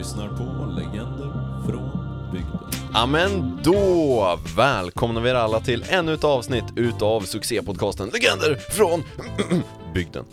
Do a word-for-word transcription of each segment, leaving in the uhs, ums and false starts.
lyssnar på Legender från bygden. Ja, men då välkomnar vi er alla till ännu ett avsnitt utav succépodcasten Legender från bygden.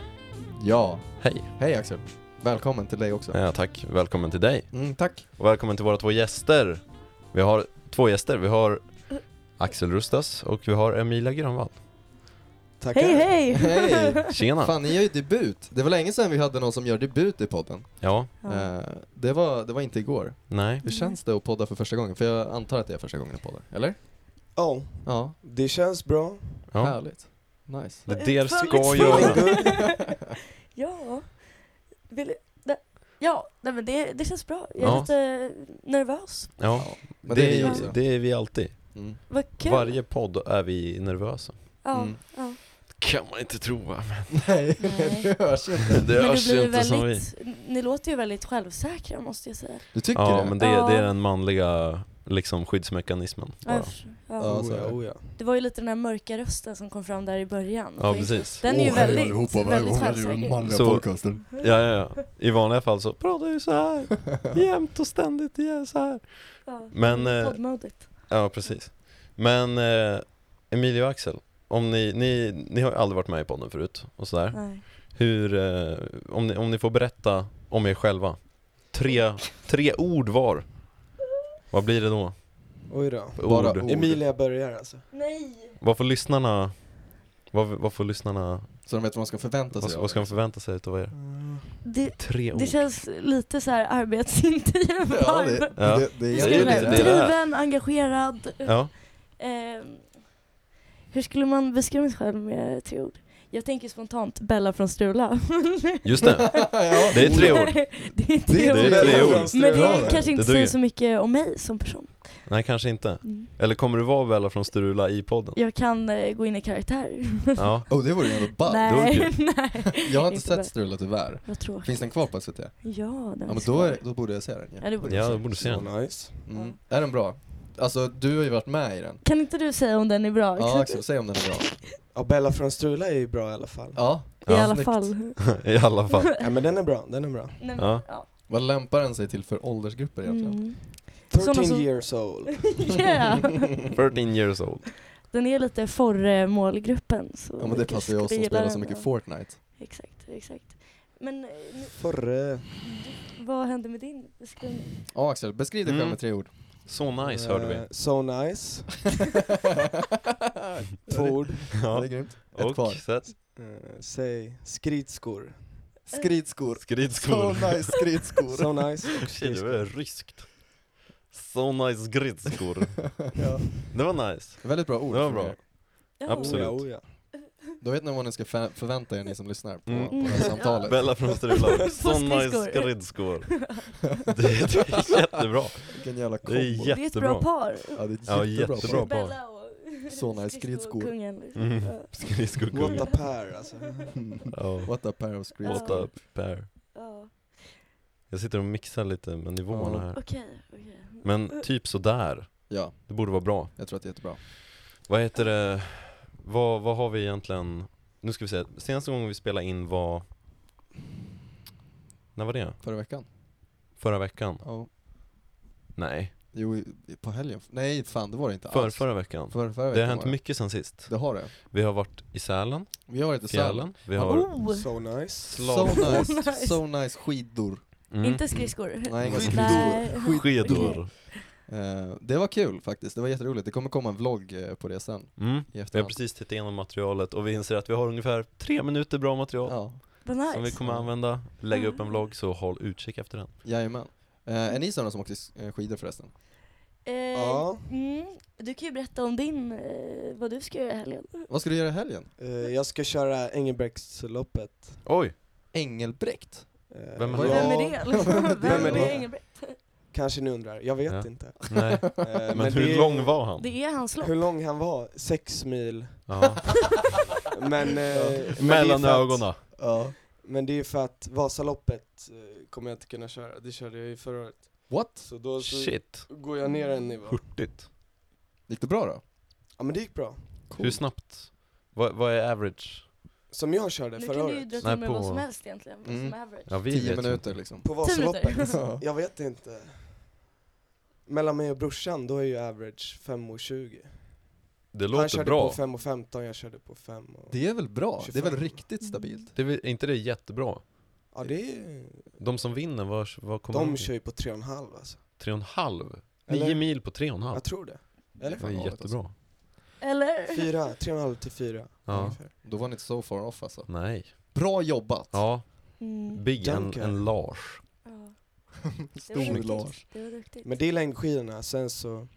Ja, Hej. hej Axel. Välkommen till dig också. Ja, tack. Välkommen till dig. Mm, tack. Och välkommen till våra två gäster. Vi har två gäster. Vi har Axel Rustas och vi har Emilia Grönvall. Tackar. Hej, hej! Hej! Tjena. Fan, ni gör ju debut. Det var länge sedan vi hade någon som gör debut i podden. Ja, Ja. Eh, det, var, det var inte igår. nej. Hur känns det att podda för första gången? För jag antar att det är första gången jag poddar, eller? Ja, Ja, det känns bra. Ja. härligt. Nice. Det där Fan, ska lite jag... svårt. Ja. Vill, det, ja, nej, men det, det känns bra. Jag är Ja. lite nervös. Ja, Men det, det är vi är, också. det är vi alltid. Mm. Vad kul. Varje podd är vi nervösa. Ja, Mm. ja. Kan man inte tro, va? Nej, Nej. det hörs inte. Det Men hörs du blir inte som vi. väldigt, ni låter ju väldigt självsäkra, måste jag säga. Du tycker Ja, det? men det, Ja. det är den manliga liksom skyddsmekanismen. Ja, Bara. jag förstår. Ja. Ja, Oh så är ja, det. oh ja. Det var ju lite den här mörka rösten som kom fram där i början. Ja, Och precis. Den är ju Åh, hej väldigt, allihopa, väldigt välkomna till den självsäker. manliga Så- podcasten. Ja, ja, ja. I vanliga fall så pratar jag så här jämt och ständigt, ja, så här. Ja. Men, eh, Poddmodigt. Ja, precis. Men eh, Emilia och Axel, om ni, ni, ni har ju aldrig varit med i podden förut och sådär. Nej. Hur, eh, om, ni, om ni får berätta om er själva. Tre, tre ord var. Vad blir det då? Oj då. För Bara ord? ord. Emilia börjar alltså. Nej! Vad får lyssnarna... Vad, vad får lyssnarna... Så de vet vad de ska förvänta sig Vad, av vad ska er. de förvänta sig utav er? Det, Tre ord. det känns lite så här arbetsintervju. Ja, det, Ja. det, det är Det är ju egentligen lite det. det där. Driven, engagerad. Ja, Eh, hur skulle man beskriva sig själv med tre ord? Jag tänker spontant Bella från Strula. just det. Ja, Det är tre ord. Det är tre Det är ord. Det är tre ord. Men det Ja, det. kanske inte Det säger duger. så mycket om mig som person. Nej, kanske inte. Mm. Eller kommer du vara Bella från Strula i podden? Jag kan eh, gå in i karaktär. Ja. Oh, det vore ju ändå ball. Nej, nej. Jag har inte Inte sett bra. Strula tyvärr. Vad tråkigt. Finns den kvar på S V T? Ja, den Ja, är men då, svår. är, då borde jag se den. Ja, Ja. det borde Ja, jag du säga. borde se Så den. nice. Mm. Är den bra? Alltså, du har ju varit med i den. Kan inte du säga om den är bra? Ja, Axel, säg om den är bra. Ja, Bella från Strula är ju bra i alla fall. Ja, I Ja, alla snyggt. fall. I alla fall. Ja, men den är bra, den är bra. Nej, men, Ja. ja. vad lämpar den sig till för åldersgrupper egentligen? Mm. Såna tretton som- years old. Yeah. tretton years old. Den är lite för målgruppen. Så Ja, men det mycket passar ju oss som skulle spelar gilla så den, mycket ja. Fortnite. Exakt, exakt. Men eh, nu- Förre. vad hände med din beskrivning? Ja, Axel, beskriv dig själv Mm. med tre ord. Så nice, hörde vi. Eh, So nice. Två ord. Ja, det är grymt. Ett Och kvar. sätt. Eh, säg skridskor. Skridskor. Så Skridskor. nice skridskor. So nice och Shit, det skridskor. var ryskt. Så nice skridskor. Ja. Det var nice. Väldigt bra ord. Det var för bra. er. Ja. Absolut. Oh ja, oh ja. Då vet ni vad ni ska fa- förvänta er, ni som lyssnar på, Mm. på det här samtalet. Bella från Strula. Så nice skridskor. skridskor. Det, det är jättebra. Vilken jävla Det är kombo. Det är ett jättebra. bra par. Ja, det är ett Ja, jättebra. jättebra. par. par. Bella och Så nice skridskor. skridskokungen, liksom. Mm. Ja. What Skridskokung. a pair alltså. Ja. What a pair of What skridskor. up, pair. Ja. Jag sitter och mixar lite med nivåerna Ja. här. Okej, okej. Men typ sådär. Ja, Det borde vara bra. jag tror att det är jättebra. Vad heter det? Vad, vad har vi egentligen? Nu ska vi se. Senaste gången vi spelade in var... När var det? Förra veckan. Förra veckan? Ja. Nej. Jo, i- på helgen. Nej, fan, det var det inte För, alls. förra veckan. För, förra Det veckan har hänt var mycket sen sist. Det har det. Vi har varit i Sälen, Vi har varit i Sälen. fjällen. Vi Ja, har... Oh! So nice. So nice. Nice. So nice skidor. Mm. Inte skridskor. Nej, inga Nej. skidor. Skidor. Eh, det var kul faktiskt, det var jätteroligt. Det kommer komma en vlogg eh, på det sen. Mm. I Vi har efterhand. precis tittat igenom materialet och vi inser att vi har ungefär tre minuter bra material Ja, Vad nice. som vi kommer använda. Lägga upp en vlogg, så håll utkik efter den. jajamän. Eh, är ni sådana som åkte eh, skidor förresten? Eh, Ja. mm, du kan ju berätta om din, eh, vad du ska göra i helgen. Vad ska du göra i helgen? Eh, jag ska köra Engelbrektsloppet. Oj! Engelbrekt? Eh, Vem är ja, det? Vem är det? Liksom? Vem är det? Engelbrekt? Kanske ni undrar, jag vet Ja. inte. Nej. Eh, Men, det hur är- lång var han? Det är hans lopp. Hur lång han var? Sex mil. Ja. Men, eh, men det är Mellan för att- ögonen. Ja. Men det är för att Vasaloppet eh, kommer jag inte kunna köra. Det körde jag ju förra året. What? Så då så Shit. går jag ner en nivå. Hurtigt. Gick det bra då? Ja men det gick bra. Cool. Hur snabbt? Vad, vad är average? som jag körde Nu förra kan du ju året. dra Nej, till med på- vad som helst egentligen, vad Mm. som är average. Ja, vi Tio vet minuter inte. liksom. På Tio minuter. Vasaloppet. Ja. Jag vet inte. Mellan mig och brorsan, då är ju average fem och tjugo. Det Han låter körde bra. på fem och femton, jag körde på fem och... Det är väl bra? Det är väl tjugofem. riktigt stabilt? Det är, väl- är inte det jättebra? Ja, det är... De som vinner, vad, vad kommer De de? kör ju på tre och en halv alltså. Tre och en halv? Eller? Nio mil på tre och en halv? Jag tror det. Eller? Det är Fan, jättebra. Eller? Fyra, tre och en halv till fyra. Ja. ungefär. Då var ni inte so far off alltså. Nej. Bra jobbat! Ja, Mm. Big en, Dunker. en Lars. Ja. Det var Stor duktigt. Lars. Det var duktigt. Men det är längdskidorna, sen så...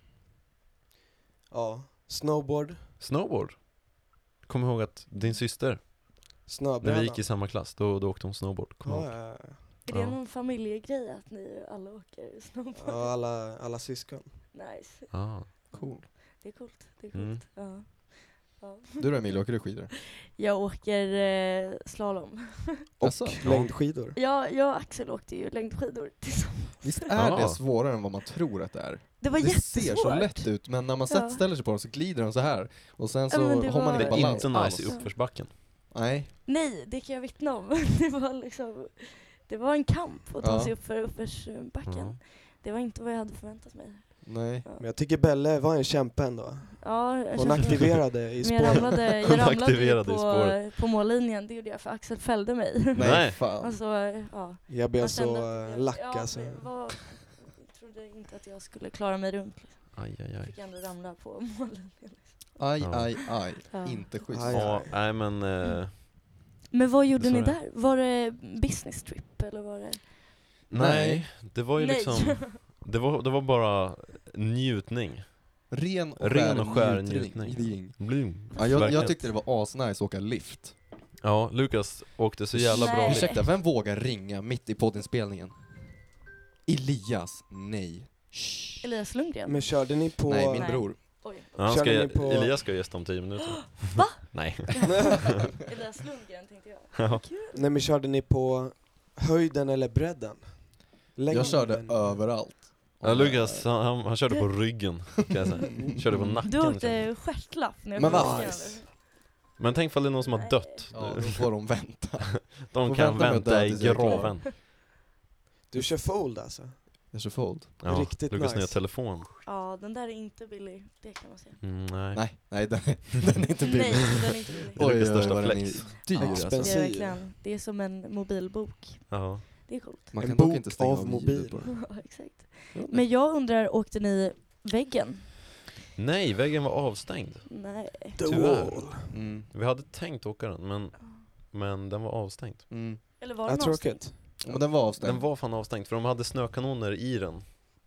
Ja, snowboard, Snowboard. Kom ihåg att din syster, när snöbräda. vi gick i samma klass, då, då åkte hon snowboard. Kom ihåg. Ja, ja, ja. Är det Ja. någon familjegrej att ni alla åker snowboard? Ja, alla, alla syskon. Nice. Ah. Cool. Det är coolt. Det är coolt. Mm. Ja. Ja. Du då Emilia, åker du skidor? Jag åker eh, slalom. Och Jaså? längdskidor. Ja, jag och Axel åkte ju längdskidor tillsammans. Visst är Ja. det svårare än vad man tror att det är? Det var Det jättesvårt. ser så lätt ut, men när man sätt Ja. ställer sig på dem så glider de så här. Och sen Ja, så men det har man var- inte Det är balans inte alls. nice i uppförsbacken. Nej. Nej, det kan jag vittna om. Det var liksom, det var en kamp att ta Ja. sig upp för uppförsbacken. Ja. Det var inte vad jag hade förväntat mig. Nej. Ja, Men jag tycker Belle var en kämpe ändå. ja jag Hon kände- aktiverade i Men jag spåret. ramlade, jag Hon ramlade ju aktiverade i på, spåret. på mållinjen, det gjorde jag för Axel fällde mig. Nej, Nej. fan. Alltså, ja. Jag blev Man så kände att äh, det- lack ja, alltså. det var, jag trodde inte att jag skulle klara mig runt. Liksom. Aj, aj, Jag aj. fick ändå ramla på mållinjen. Liksom. Aj, Ja. aj, aj. Ja. Inte schysst. Aj. Ja, nej men... Eh, Men vad gjorde Så ni är det. där? Var det business trip eller var det? nej, det var ju Nej. liksom... Det var, det var bara njutning. Ren och Ren skär och skär njutning. njutning. Bloom. Ja, jag, jag Verkligen. tyckte det var asnice att åka lift. Ja, Lukas åkte så jävla Nej. bra. Nej. Ursäkta, vem vågar ringa mitt i poddinspelningen? Elias, nej. Shh. Elias Lundgren? Men körde ni på... Nej, min Nej. bror. Oj. Ja, han ska, Körde ni på- Elias ska gästa om tio minuter. Va? Nej. Elias Lundgren tänkte jag. Ja. Kul. Nej men körde ni på höjden eller bredden? Längden. Jag körde överallt. Ja, Lukas, han, han, han körde på ryggen, kan jag säga. Körde på nacken. Du liksom. åkte stjärtlapp när Men jag vad kom nice. Men tänk ifall det är någon som har Nej. dött. Ja, då får de vänta. De får kan vänta med att dö vänta i tills jag är klar. graven. Du kör fold alltså? Jag är så fold. Ja, Riktigt Lukas nya nice. telefon. Ja, den där är inte billig, det kan man säga. Mm, nej. Nej, nej den är, den är inte billig. Nej, den är inte billig. Oj. Lukas största vad den är flex. dyr Ja, alltså. det är Expensiv. verkligen, det är som en mobilbok. Ja. Det är coolt. Man En kan dock bok inte stänga av av mobil. ljudet på den. Ja, exakt. Ja, Men jag undrar, åkte ni väggen? Nej, väggen var avstängd. Nej. The Tyvärr. wall. Mm, Vi hade tänkt åka den, men, men den var avstängd. mm. Eller var Ja, den avstängd? tråkigt. Men den var avstängd. Den var fan avstängd, för de hade snökanoner i den.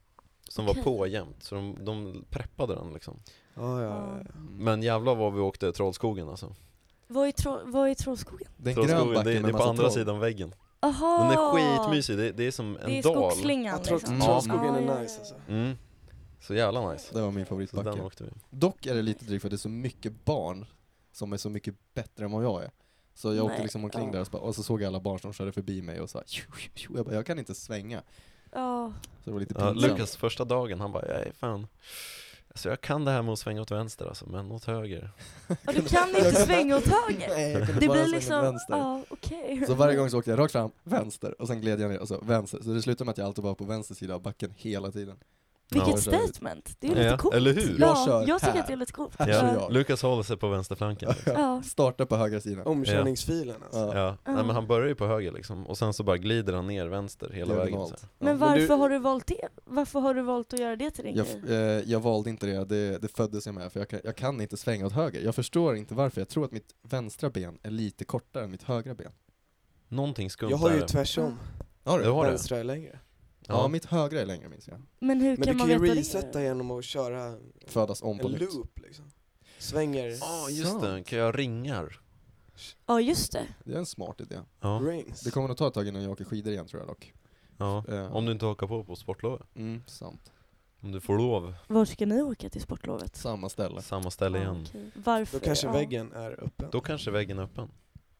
Som Okej. var på jämt, så de, de preppade den liksom. Ja, ja, ja. Mm. Men jävlar vad vi åkte Trollskogen alltså. Vad är, tro- vad är Trollskogen? Det är en grön Trollskogen, backe det, är- med det är på massa andra troll. sidan väggen. Aha! Den är skitmysig, det, det är som en Det är dal. skogsslingan Jag tror liksom. Mm. Trollskogen Ja, är ja, nice ja. alltså. Mm. Så jävla nice. Det var min Så den favoritbacke. åkte vi. Dock är det lite drygt för det är så mycket barn som är så mycket bättre än vad jag är. Så jag åkte Nej. liksom omkring Ja. där och, så, bara- och så såg jag alla barn som körde förbi mig och så här, jag, bara, jag kan inte svänga. Ja. Så det var lite Ja, pinsamt. Lukas första dagen, han bara, jag är fan. Alltså jag kan det här med att svänga åt vänster alltså, men åt höger. Och du kan inte svänga åt höger. Nej, jag kunde Det bara blir svänga liksom, åt vänster. ja okej. Så varje gång så åkte jag rakt fram, vänster, och sen gled jag ner och så vänster. Så det slutade med att jag alltid var på vänster sida av backen hela tiden. Vilket Ja. statement, det är lite Ja, coolt. eller hur? Jag Ja, kör jag tycker här. att det är lite coolt. Här Ja, kör jag. Lukas håller sig på vänsterflanken. Ja. Starta på högra sidan. Omkörningsfilen alltså. Ja. Ja, Ja. nej, men han börjar ju på höger liksom, och sen så bara glider han ner vänster hela vägen. Diagonalt. Så. Men Ja. varför du- har du valt det? Varför har du valt att göra det till din Jag, grej? eh, jag valde inte det, det, det föddes jag med, för jag kan, jag kan inte svänga åt höger. Jag förstår inte varför, jag tror att mitt vänstra ben är lite kortare än mitt högra ben. Någonting skumt Jag har ju där. tvärsom. Har Du har det? Vänstra är längre. Ja, Ja, mitt högra är längre minns jag. Men hur Men kan du man kan ju veta resetta det? genom att köra Födas om på en nytt. loop liksom. Svänger Ja, just Sant. det, kan jag ringar? Ja just det. Det är en smart idé. Ja, rings. Det kommer nog ta ett tag innan jag åker skidor igen tror jag dock. ja. Eh, Om du inte hakar på på sportlovet. Mm, sant. Om du får lov, Var ska ni åka till sportlovet? Samma ställe. samma ställe Ja, igen. okej. Varför? Då kanske ja. väggen är öppen. Då kanske väggen är öppen.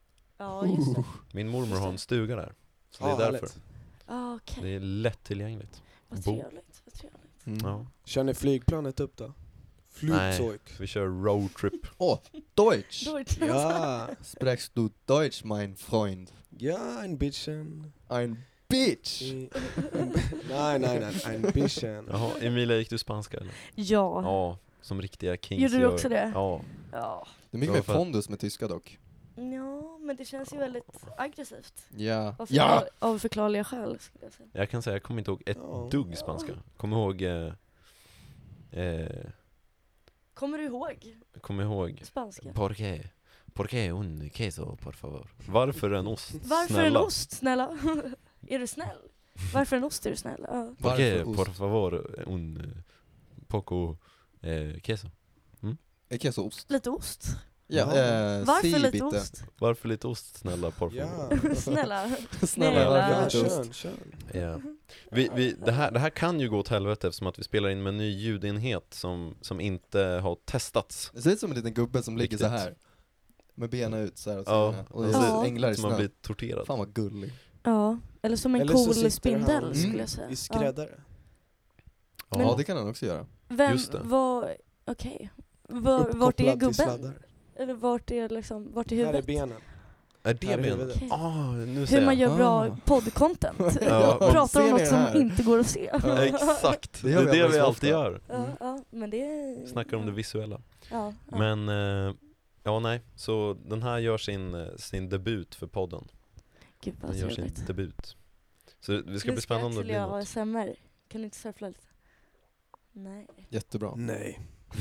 Ja just det. Min mormor har en stuga där. Så det Ja, är därför. härligt. Ja okej. Det är lättillgängligt. Vad bo- trevligt. Vad trevligt. Mm. Ja. Kör ni flygplanet upp då? Flugzeug. Vi kör roadtrip. Åh, Deutsch! Deutsch. Ja, Sprechst du Deutsch, mein Freund? ja, ein bisschen. Ein bitch! I- nej, nej, nej, ein bisschen. Jaha, Emilia, gick du spanska eller? Ja. Ja, som riktiga kings Gjorde du gör. också det? Ja. Ja. Det är mycket Ja, mer för att- pondus med tyska dock. Ja, men det känns ju väldigt aggressivt. Ja. Av, Ja! förklar- av förklarliga skäl skulle jag säga. Jag kan säga, jag kommer inte ihåg ett Ja. dugg spanska. Kommer ihåg... Eh, eh, Kommer du ihåg kommer ihåg... spanska? Por qué? Por qué un queso, por favor? Varför en ost? Varför Snälla. en ost, snälla? Är du snäll? Varför en ost är du snäll? Ja. Por qué, Varför ost? por favor, un eh, poco eh, queso? Är keso-ost? Lite ost. Ja, Ja. eh, Varför si lite bitte. ost? Varför lite ost, snälla, por Ja. favor? Snälla. Snälla, Ja, varför Ja, lite ost? kön, kön. Ja. Vi, vi, det, här, det här kan ju gå åt helvete eftersom att vi spelar in med en ny ljudenhet som, som inte har testats. Det ser ut som en liten gubbe som ligger Riktigt. så här med benen ut så här åt Ja. sidan. Och det Ja. är änglar i Som har snön. blivit torterad. Fan vad gullig. Ja, eller som en Eller så cool sitter spindel han skulle Mm. jag säga. I skräddare. Ja, Ja. det kan han också göra. Vem, Just det. var, okej. Var, vart är Uppkopplad till gubben? sladdar. Eller vart är liksom, vart är Här är huvudet? benen. Är det Här är benet? huvudet. Okej. Ah, nu Hur ser man jag. gör bra Ah. poddcontent. Ja, Pratar ser om ni något det som här? inte går att se. Ja. Exakt, Det det gör är vi det alldeles vi för alltid ofta. gör. Ja, ja, men det är... Snackar om det visuella. Ja, ja. Men, eh, ja nej, så den här gör sin, eh, sin debut för podden. Gud vad Den gör sin trevligt. debut. Så det ska Nu bli spännande om det till blir jag något. A S M R. Kan du inte surfla lite? Nej. Jättebra. Nej.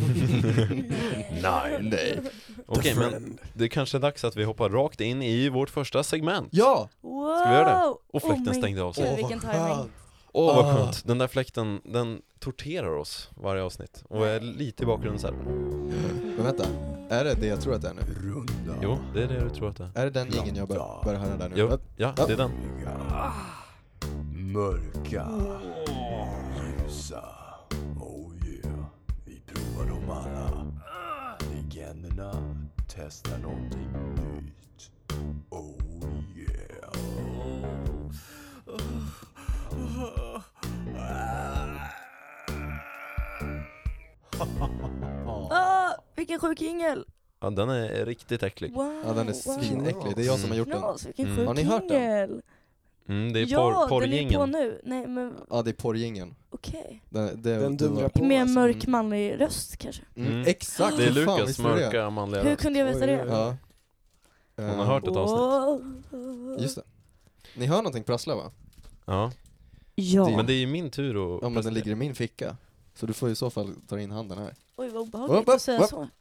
Nej, nej. Okej, men det är kanske är dags att vi hoppar rakt in i vårt första segment. Ja! Wow! Ska vi göra det? Och Oh fläkten my stängde av sig. Gud, Åh, vilken vad timing. skönt. Åh vad Ah. skönt, den där fläkten, den torterar oss varje avsnitt. Och är lite i bakgrunden så här. Men vänta, är det det jag tror att det är nu? Jo, det är det du tror att det är. Är det den jingeln jag bör, börjar höra där nu? Jo, ja, det är den. Mörka, ljusa, oh yeah, vi provar dem alla. Legenderna testar någonting nytt, oh yeah. Ah, vilken sjuk jingel! Ja, den är riktigt äcklig. Wow! Ja, den är wow. svinäcklig. Det är jag som har gjort den. Knas, vilken Mm. sjuk Har ni hört den? jingel. Mm, det är Ja, porr, den är på porrjingeln. nu. Nej, men Ja, det är porrjingeln. okej. Den, det, Den det dundrar var- på. Med en alltså. mörk Mm. manlig röst kanske. Mm, Mm. exakt, Det är hur fan Lukas visste du det? mörka manliga Hur röst. kunde jag veta Oj, det? oj, Ja. Hon har Eh, hört ett avsnitt. Wow. Just det. Ni hör någonting prassla va? Ja. Ja. Men det är ju min tur att Ja men den ligger i min ficka. Så du får i så fall ta in handen här. Oj vad obehagligt Upp, upp, att säga upp. så.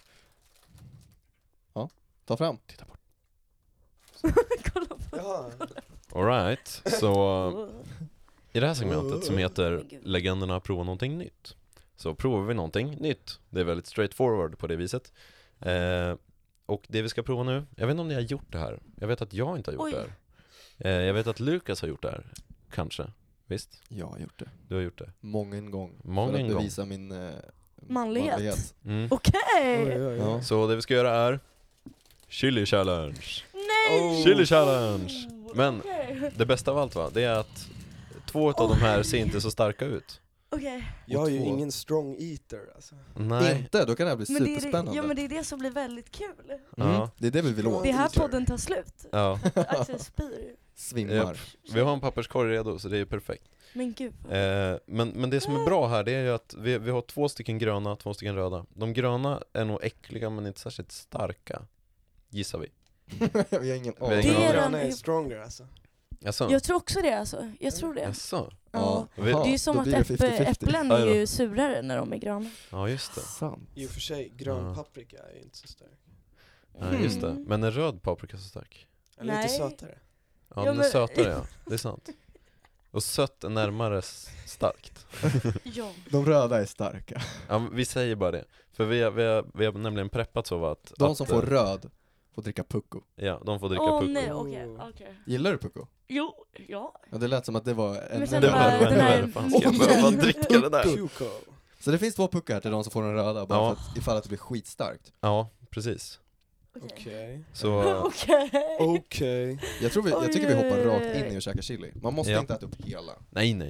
Ta fram. Titta bort. Kolla på. Jaha. All right. Så Oh. i det här segmentet som heter Men gud. Legenderna provar någonting nytt, så provar vi någonting nytt. Det är väldigt straightforward på det viset. Eh, och det vi ska prova nu, jag vet inte om ni har gjort det här. Jag vet att jag inte har gjort Oj. det här. Eh, jag vet att Lukas har gjort det här. Kanske. Visst? Jag har gjort det. Du har gjort det. Många en gång. Många för en att gång. bevisa min eh, Manlighet. Mm. Okej! Oj, oj, oj. Ja. Så det vi ska göra är Chili Challenge. Nej! Oh. Chili Challenge. Men Okej. det bästa av allt va, det är att två av de här ser inte så starka ut. Okej. Jag är ju två. ingen strong eater alltså. Nej. Inte, då kan det här bli Men det är superspännande. det, ja men det är det som blir väldigt kul. mm, Ja. det är det vi vill åt. Det är här Teacher. podden tar slut. Ja. Axel spyr. Svimmar. Japp. Vi har en papperskorg redo så det är perfekt. Men gud. Eh, men, men det som är bra här det är ju att vi, vi har två stycken gröna, två stycken röda. De gröna är nog äckliga men inte särskilt starka. Gissar vi. vi har ingen har aning. ingen Det är aning. Han den- är stronger alltså. Jaså? Jag tror också det alltså. Jag tror det. Jaså? Ja. Vi- Jaha, Det är ju som då att blir det äpple, fifty fifty. äpplen Aj är då. ju surare när de är gröna. Ja just det. Sant. I och för sig, grön Ja. paprika är ju inte så stark. Ja, just det. Mm. Men är röd paprika så stark? Eller Nej. lite sötare. Ja, Ja, den är men- sötare ja. Det är sant. Och sött är närmare s- starkt. Ja. De röda är starka. Ja, men vi säger bara det. För vi har, vi har, vi har nämligen preppat så att... De att, som får eh, röd får dricka pucko. Ja, de får dricka Åh pucko. nej, okej. okej. Gillar du pucko? Jo, ja. Ja, det lät som att det var en... Men sen Det bara, var, den det här- var, fan ska jag behöva dricka det där? Puko. Så det finns två puckor här till de som får den röda, bara Ja. för att, ifall att det blir skitstarkt. Ja, precis. Okej. Okej. Så... Okej. Okej. Jag, tror vi, jag Oj, tycker vi hoppar oj, oj, rakt oj. in i och käka chili. Man måste Ja. inte äta upp hela. Nej, nej, nej.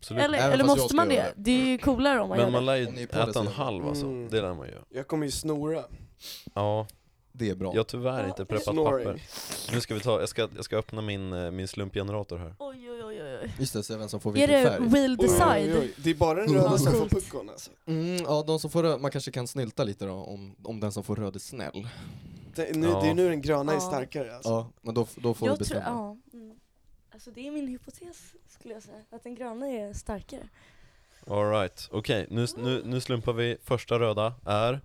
Absolut. Eller, Även eller fast jag måste ska man göra det? det. Det är ju coolare om man Men gör man det. lär Om ni ju är på det äta en så- halv alltså, Mm. det lär man ju. Jag kommer ju snora. Ja, Det är bra. jag har tyvärr Ja, inte preppat snoring. papper. Nu ska vi ta, jag ska, jag ska öppna min, eh, min slumpgenerator här. Oj, oj, oj, oj. Just det, så vem som får Är vilken det färg. Will Oj, Decide? oj, oj. Det är bara den Ja, röda som får coolt. puckon alltså. Mm, ja, de som får röd, man kanske kan snylta lite då, om, om den som får röd är snäll. Det, nu, Ja. det är nu den gröna är Ja. starkare alltså. Ja, men då, då får du Jag tror, bestämma. ja. Mm. Alltså det är min hypotes skulle jag säga, att den gröna är starkare. Alright, okej, nu, nu, nu slumpar vi. Första röda är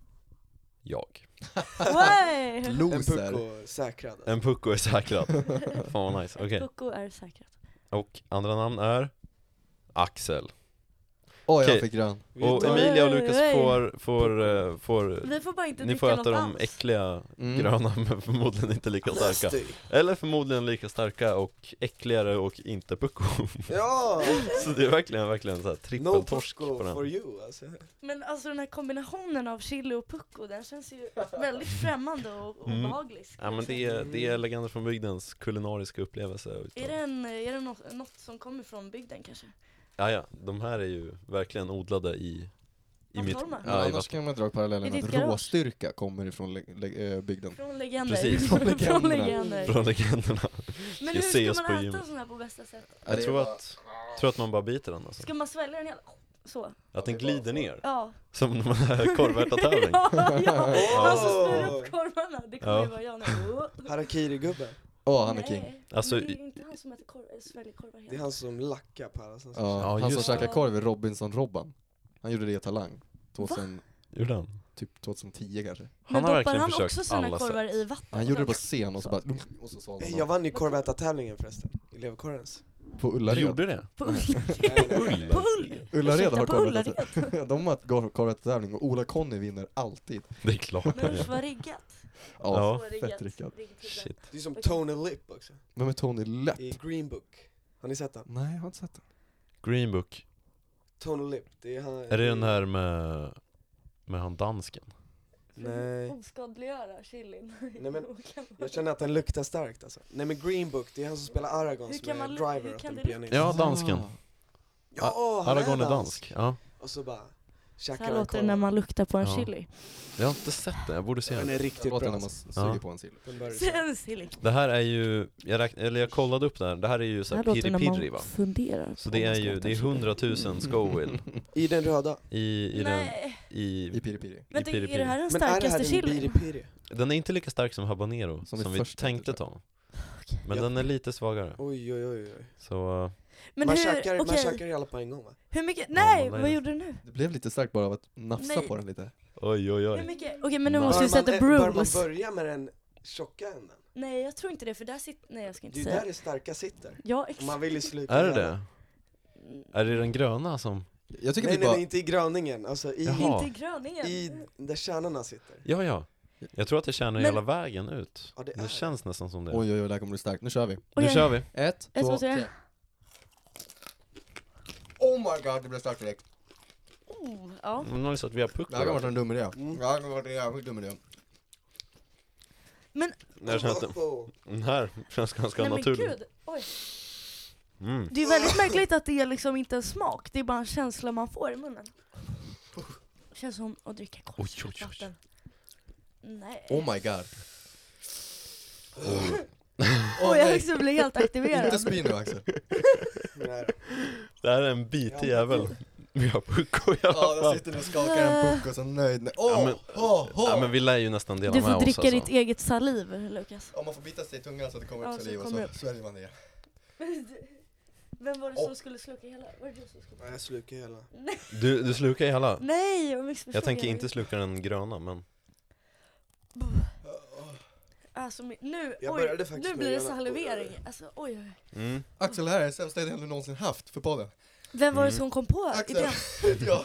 jag. Way! En Loser. pucko säkrad. En pucko är säkrad. Fan vad nice, okej. Pucko är säkrat. Och andra namn är Axel. Åh, jag Okej. fick grön. Vi Och tar- Emilia och Oj, Lukas oj. får, får, eh, får Vi får bara inte ni dricka får äta något de alls. äckliga Mm. gröna men förmodligen inte lika starka. Nasty. Eller förmodligen lika starka och äckligare och inte pucko. Ja! Så det är verkligen, verkligen så här No trippeltorsk pucko på den. for you alltså. Men alltså den här kombinationen av chili och pucko, den känns ju väldigt främmande och Mm. obehaglig. Ja men det är, det är Legender från bygdens kulinariska upplevelse. Är det, en, är det något, något som kommer från bygden kanske? Ja ja, de här är ju verkligen odlade i, i mitt... Vattholma? Men Ja, i annars vatten. kan man dra parallellen I att ditt garage. råstyrka kommer ifrån le- le- äh, bygden. Från legender. Precis. Från Från legenderna. legender. Från legenderna. Men Ska hur se ska oss man på äta gymmet. sån här på bästa sätt? Jag tror att, tror att man bara biter den alltså. Ska man svälja den hela? Så? Att den glider ner. Ja. Som när man är korvärtartävling. ja, ja. Han som Åh. spyr upp korvarna, det kommer Ja. ju vara jag nu. Harakiri-gubben. Åh, han är Nej, king. Alltså, men det i- är inte han som äter korv, äh, sväljer korvar Det är helt. han som lackar på alla som Ja, Ja, han som just käkar det. korv är Robinson-Robban. Han gjorde det i Talang. tvåtusen, Gjorde han? typ tjugohundratio kanske. Han Men har doppar verkligen han försökt också sina alla korvar sätt. i vatten? Han gjorde det på scen och så bara... Och så sa Jag han vann ju korvätartävlingen förresten, i Leverkorrens. på Du Ullared. gjorde det? På Ullared. Ull. På Ullared. Ullared Ursäkta, har på korvätartävling. De har ett går- korvätartävling och Ola-Conny vinner alltid. Det är klart. Men usch vad riggat. Ja, Ja. Så riggat. fett riggat. Riggat. Shit. Det är som Okej. Tony Lip också, Vem är Tony Läpp? i Green Book. Har ni sett den? Nej, jag har inte sett den. Green Book. Tony Lip, det är han... Är det den här med, med han dansken? Nej. Oskadliggöra chilin. Nej, men Jag känner att den luktar starkt alltså. Nej men Green Book, det är han som spelar Aragorn Hur som kan är man lu- driver hur åt kan en det pianist. Ja, dansken. Ja, han Aragorn är är dansk. Ja. Och så bara Så käkar här han låter det korv. när man luktar på en Ja. chili. Jag har inte sett det, jag borde se Den den. är Det riktigt låter bra när man alltså. suger Ja. på en sill. Den bör du se. En chili. Det här är ju, jag, räkn, eller jag kollade upp det här, det här är ju Det så här här låter när piri-piri va? man funderar. Så på det om är man ska ju, äta det är chili. hundratusen Scoville I den röda. i, i den, Nej. i, I Piri Piri. Vänta, piri är det här den Men är det här starkaste en chilin? piri-piri? den är inte lika stark som habanero, Som som, i vi första, tänkte typ. ta. Men Ja. den är lite svagare. Oj oj oj oj. Så, uh, Men man, hur, käkar, man okej, käkar alla på en gång va? hur mycket, nej, men vad är vad det? gjorde du nu? Det blev lite starkt bara av att nafsa Nej. på den lite. oj oj Hur oj. mycket, okej men nu Bör måste vi Bör man, sätta eh, bör man rules. börja med den tjocka änden? Nej jag tror inte det, för där sitter, nej jag ska Det inte är säga. där det starka sitter. Ja Och exakt. man vill ju sluka Är det hela. det? Är det den gröna som, Jag tycker Nej vi nej bara... nej, inte i gröningen, alltså i, Jaha. Inte i gröningen. i där kärnorna sitter. ja ja. Jag tror att det tjänar Men- hela vägen ut. Ja, det Det är. känns nästan som det. Oj oj oj, där kommer det starkt. Nu kör vi. Nu Okej. kör vi. Ett, Ett, två, två, tre. tre. Oh my god, det blev starkt direkt. Oh, ja. Men nu är det så att vi har Det här kan puckor. vara en dum idé. Mm. Det här kan vara en jävligt dum idé. Jag känner att Oh. den här känns ganska Nej men naturlig. gud, oj. Mm. Det är väldigt märkligt att det är liksom inte en smak, det är bara en känsla man får i munnen. Känns som att dricka Oj, oj, oj. kolvatten. Nej. Oh my god. Oj, jag liksom blir helt Inte aktiverad. spy nu Axel. Nej. Det här är en bitig jävel. Vi har puckor i alla Ja, där fall. sitter du och skakar en puck och så nöjd. Nej. Åh, Ja, men- åh, åh. Ja men vi lär ju nästan dela Du med får oss dricka alltså. ditt eget saliv, Lukas. Om man får bita sig i tungan så att det kommer Ja, upp så saliv och kommer så upp. sväljer man det. Vem var det som skulle sluka hela? Var det du som skulle? Nej, jag slukar hela. Nej, Du, du slukar i hela? nej jag missförstod. Jag tänker er. inte sluka den gröna men Alltså mi- nu, Jag oj, började faktiskt nu med blir det gröna. salivering. Alltså oj, oj. mm. Axel, det här är den sämsta idén du någonsin haft för podden. Vem var det Mm. som kom på Axel. idén? Ja.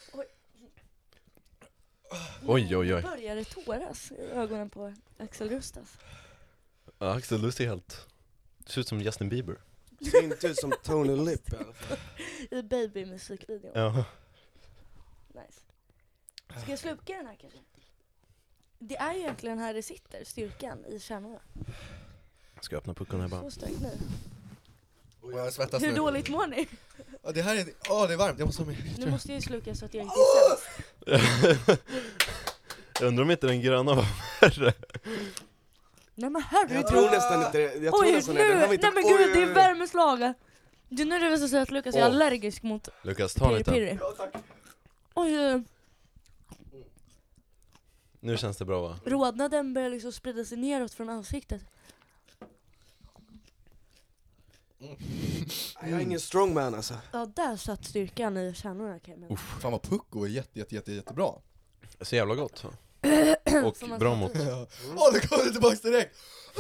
Oj, oj, oj. Nu börjar det tåras i ögonen på Axel Rustas. Ja, Axel, du ser helt... Du ser ut som Justin Bieber. Ser inte ut som Tony Lip i alla fall. I baby-musikvideon. Ja. Nice. Ska jag sluka den här kanske? Det är ju egentligen här det sitter, styrkan i kärnorna. Jag ska öppna puckorna här bara. Så starkt nu. Och jag svettas Hur nu. dåligt mår ni? Ja, det här är... Åh, det är varmt. Jag måste ha mig. Nu måste jag sluka så att jag inte är sämst. Jag undrar om inte den gröna var värre. Nej men herregud. Jag tror nästan inte det. Jag tror Oj, nästan nu, det. Den här var inte... nej men oj, gud, det oj, är oj. värmeslaga. Du, nu är det väl så att Lukas är Åh. allergisk mot Lukas, ta piri lite. piri. Oj, oj, oj. Nu känns det bra va? Rodnaden börjar liksom sprida sig neråt från ansiktet. Jag är ingen strongman alltså. Ja, där satt styrkan i kärnorna kan jag mena. Fan vad pucko är jätte, jätte, jätte, jättebra. Så jävla gott. Va? Och Som man bra ska- mot. Ja. Åh, det kommer tillbaks direkt!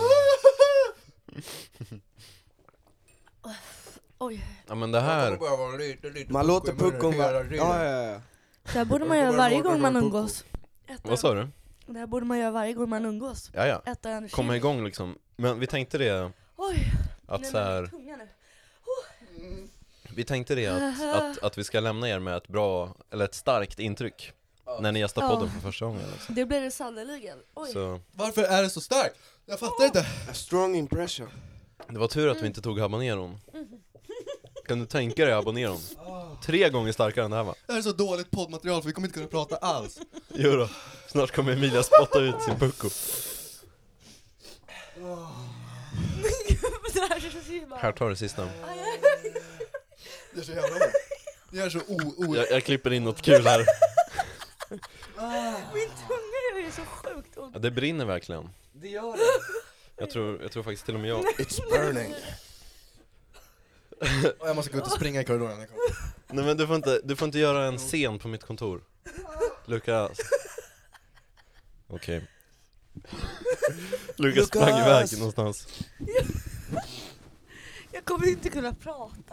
Oj, Ja men det här, Man låter puckon vara... Ja, ja, ja. det här borde man göra varje gång man umgås. Äta, vad sa du? det här borde man göra varje gång man umgås. Ja ja, Äta en komma chili. igång liksom. Men vi tänkte det Oj, att nej, så men här, tunga nu. vi tänkte det att, att, att vi ska lämna er med ett bra, eller ett starkt intryck när ni gästar Ja. podden för första gången liksom. Det blir det sannoliken. Oj. Så Varför är det så starkt? Jag fattar inte. A strong impression. det var tur att vi inte tog habaneron. Kan du tänka dig habaneron? Tre gånger starkare än det här va? Det här är så dåligt poddmaterial för vi kommer inte kunna prata alls. Jo då. Snart kommer Emilia spotta ut sin pucko. Det här känns ju bara... Här tar det sista. Aj, aj. Det är så jävla ont. Det är så o... o Jag, jag klipper in något kul här. Min tunga gör ju så sjukt ont. Ja, det brinner verkligen. Det gör det. Jag tror, jag tror faktiskt till och med jag. It's burning. Och jag måste gå ut och springa i korridoren. Jag kommer. Nej men du får inte, du får inte göra en scen på mitt kontor. Lukas. Okej. Lukas sprang Lukas! iväg någonstans. Jag kommer inte kunna prata.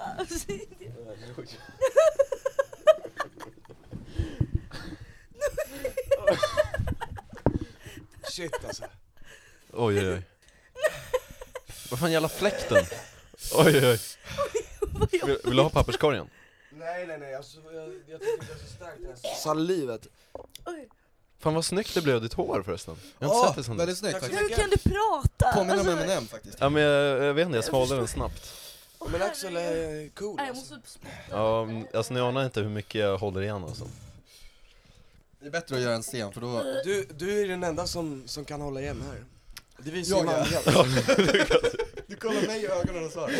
Shit alltså. Oj oj oj. Vad fan jävla fläkten? Oj oj oj. Vill, vill du ha papperskorgen? Nej nej nej, alltså, jag, jag tycker det är så starkt det här salivet. Oj. Fan vad snyggt det blev ditt hår förresten. Jag har inte Åh, sett det sånt. väldigt snyggt Tack så faktiskt. Hur kan du prata? Påminner om Alltså, Eminem faktiskt. Ja men jag, jag vet inte, jag svalde den snabbt. åh, Men Axel herregud. är cool Nej, jag alltså. måste spotta. Ja, men, alltså ni anar inte hur mycket jag håller igen alltså. Det är bättre att göra en scen för då... Du, du är den enda som, som kan hålla igen här. Det visar Jag ju är. manlighet. Du kollar mig i ögonen och svarar.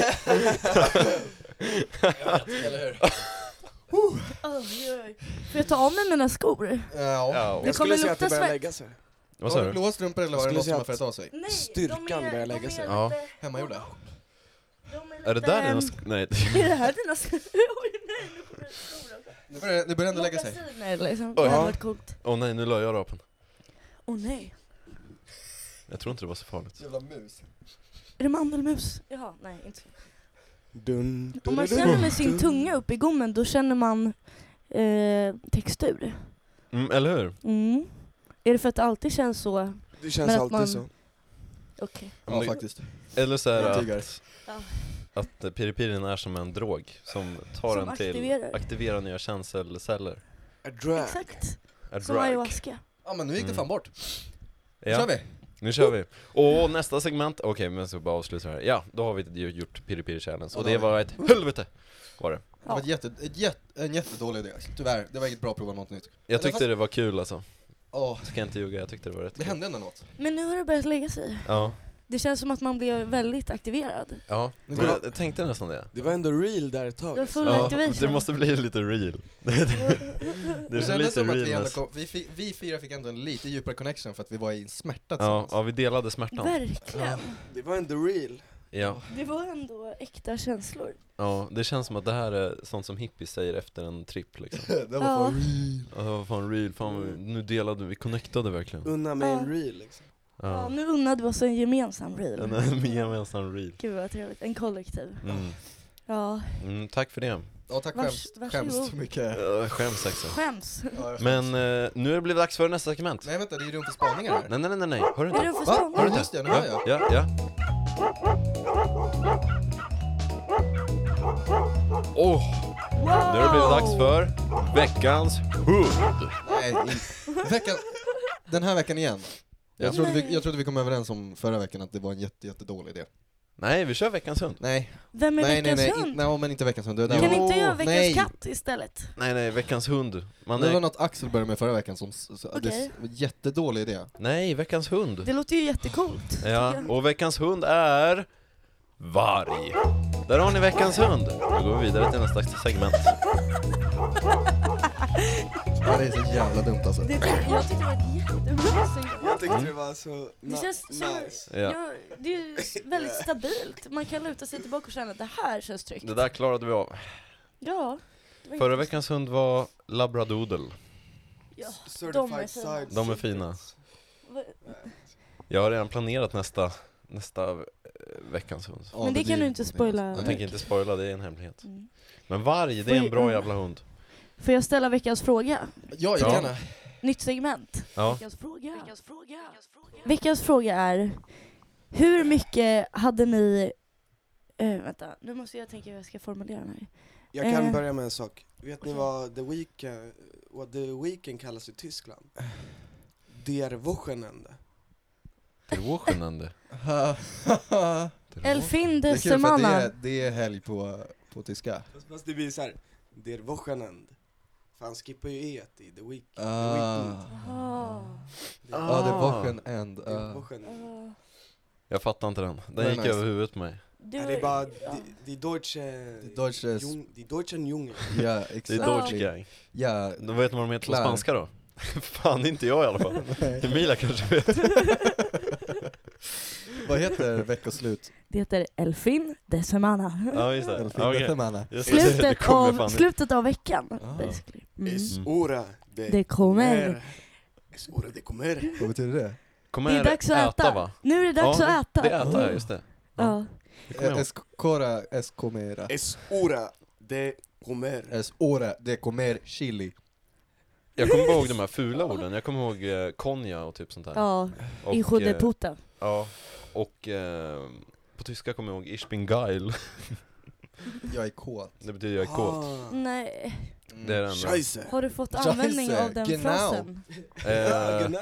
Eller hur? Oj, oj, oj. Får jag ta av mig mina skor? Ja. Ja, Det Jag kommer skulle säga att det lukta börjar svett. lägga sig. vad sa du? Blåa strumpor eller var det Jag något skulle som säga har att- färgat av sig? Nej, Styrkan de är, börjar de lägga är sig. Ja. lite- Hemmagjorda? De är, Är det lite, där dina ehm, sk- nej. Är det här dina skor? Oj nej, nu kommer det stora. Det börjar, det börjar ändå lägga sig. Magasiner liksom. Oj. Det hade Ja. varit coolt. Åh nej, nu la jag rapen. Åh nej. Jag tror inte det var så farligt. Jävla mus. Är det mandelmus? Jaha, nej inte så. Dun, dun, Om man dun, känner dun, med sin dun. tunga upp i gommen, då känner man eh, textur. Mm, eller hur? Mm. Är det för att det alltid känns så? Det känns Men att alltid man- så. Okej. Men Ja det- faktiskt. Eller så är det Intygar. att, Ja. att eh, piripirin är som en drog som tar Som en till, aktiverar. aktiverar nya känselceller. A drag. Exakt. A Som drag. ayahuasca. Ja men nu gick det Mm. fan bort. Nu Ja, kör vi. nu kör vi. Och nästa segment, okej men jag ska bara avsluta här. Ja, då har vi ju gjort piripiri challenge Ja, och det det har vi. var ett helvete var det. Det var ett jätte, ett jätte, en jättedålig idé. Tyvärr, det var inget bra att prova något nytt. Jag Eller tyckte fast- det var kul alltså. Åh, Ska jag inte ljuga, jag tyckte det var rätt det kul. hände ändå något. Men nu har det börjat lägga sig. Ja, Det känns som att man blev väldigt aktiverad. ja. Nu Men går- jag, jag tänkte nästan det. Det var ändå real där ett tag. Det var full Ja, activation. det måste bli lite real. Det är Det kändes lite som att vi, ändå realness. kom, vi, fi- vi fyra fick ändå en lite djupare connection för att vi var i en smärta Ja, tillsammans. ja, vi delade smärtan. Verkligen. Det var ändå real. Ja, Det var ändå äkta känslor. ja, det känns som att det här är sånt som hippies säger efter en tripp liksom. Det var Ja. fan real. Ja, det var fan real, fan vad vi- nu delade vi, connectade verkligen. Unna mig Ja. en real liksom. Ja, Ja, nu unnade vi oss en gemensam en reel. gemensam real. Gud vad trevligt. En kollektiv. Mm. Ja, Mm, tack för det. Ja tack, Vars- skäms, varsågod. skäms så mycket. Jag skäms också. skäms. Ja, jag skäms. Men eh, nu är det blivit dags för nästa segment. Nej vänta, det är ju runt för spaningar här. Nej, nej, nej, nej, nej. Hör du Är inte? det för Va? spaning? Har du just det, nu hör jag. Ja, ja. Åh, Wow! nu har det blivit dags för veckans hund. Nej, in... veckan, den här veckan igen. Jag, Ja. trodde vi, Nej. jag trodde vi kom överens om förra veckan att det var en jätte, jättedålig idé. Nej, vi kör veckans hund. Nej, Vem är nej, nej, veckans nej, hund? in, nej, men inte veckans hund. Det, där Kan var, ni inte göra veckans nej. katt istället? Nej, nej, veckans hund. Man Det var är... något Axel började med förra veckan som, så, det Okej. var jättedålig idé. Nej, veckans hund. Det låter ju jättecoolt. Ja, tycker jag. och veckans hund är... Varg. Där har ni veckans hund. Nu går vi vidare till nästa segment. Ja, det är så jävla dumt alltså. Det, jag tyckte det var ett jättebra segment. Jag tyckte det var så Det na- känns som, nice. Ja. ja, det är ju s- väldigt stabilt. Man kan luta sig tillbaka och känna att det här känns tryggt. Det där klarade vi av. Ja. det var Förra inte- veckans hund var labradoodle. Ja. Certified fina. side De är fina. secrets. Va- Jag har redan planerat nästa, nästa eh, veckans hund. Ja, Men det kan blir- du inte spoila. Nej. Jag tänker inte spoila, det är en hemlighet. Mm. Men varg, det Får är en jag- bra jävla hund. Får jag ställa veckans fråga? Ja, Ja. gärna. Nytt segment. Ja. Veckans fråga. Veckans fråga. Veckans fråga är: hur mycket hade ni... Uh, vänta, nu måste jag tänka hur jag ska formulera den här. Jag kan Eh. börja med en sak. Vet ni Okej. vad The Weeknd, vad The Weeknd kallas i Tyskland? Der Wochenende. Det är Washington. Elfin Det är de kul för att det semana. är, det är helg på, på tyska. Fast- Fast det blir såhär, Der Wochenende. För han skippar ju e i The Week. The Ah. Weeknd. Ah. Der- Ja, det Ah. var en end. Der Uh. Wochenende. Ah. Jag fattar inte den. Den Very gick nice. över huvudet på mig. Du, Ja, det är bara, ja. die, die Deutsche... Die Deutsche- Jung, die Deutschen Jungen. Ja, Det är exakt. Deutsche Gang. Ja, Då vet man vad de heter på Klar. spanska då? Fan, inte jag i alla fall. Emilia kanske vet. vad heter veckoslut? Det heter Elfin de semana. Ja, just det. Elfin Ja, de okej. semana. Just det, det Slutet kommer jag av, fan slutet av veckan, Ah. basically. Mm. Es Mm. hora de Det kommer. Es hora de comer. Vad betyder det? Kommer Det är dags att äta. va? Nu är det dags Ja, att äta. Det äter jag, just det. Ja. Det kommer jag ihåg. Escora, escomera. Es hora de comer. Es hora de comer chili. Jag kommer ihåg de här fula orden. Jag kommer ihåg eh, konja och typ sånt där. Ja, Och, hijo de eh, puta. Ja, och eh, på tyska kommer jag ihåg Ich bin geil. Jag är kåt. Det betyder jag är kåt. Ah. Nej, Mm. Det är det enda. Scheisse. har du fått Scheisse, användning av den genau. frasen? Ja, Eh, genau.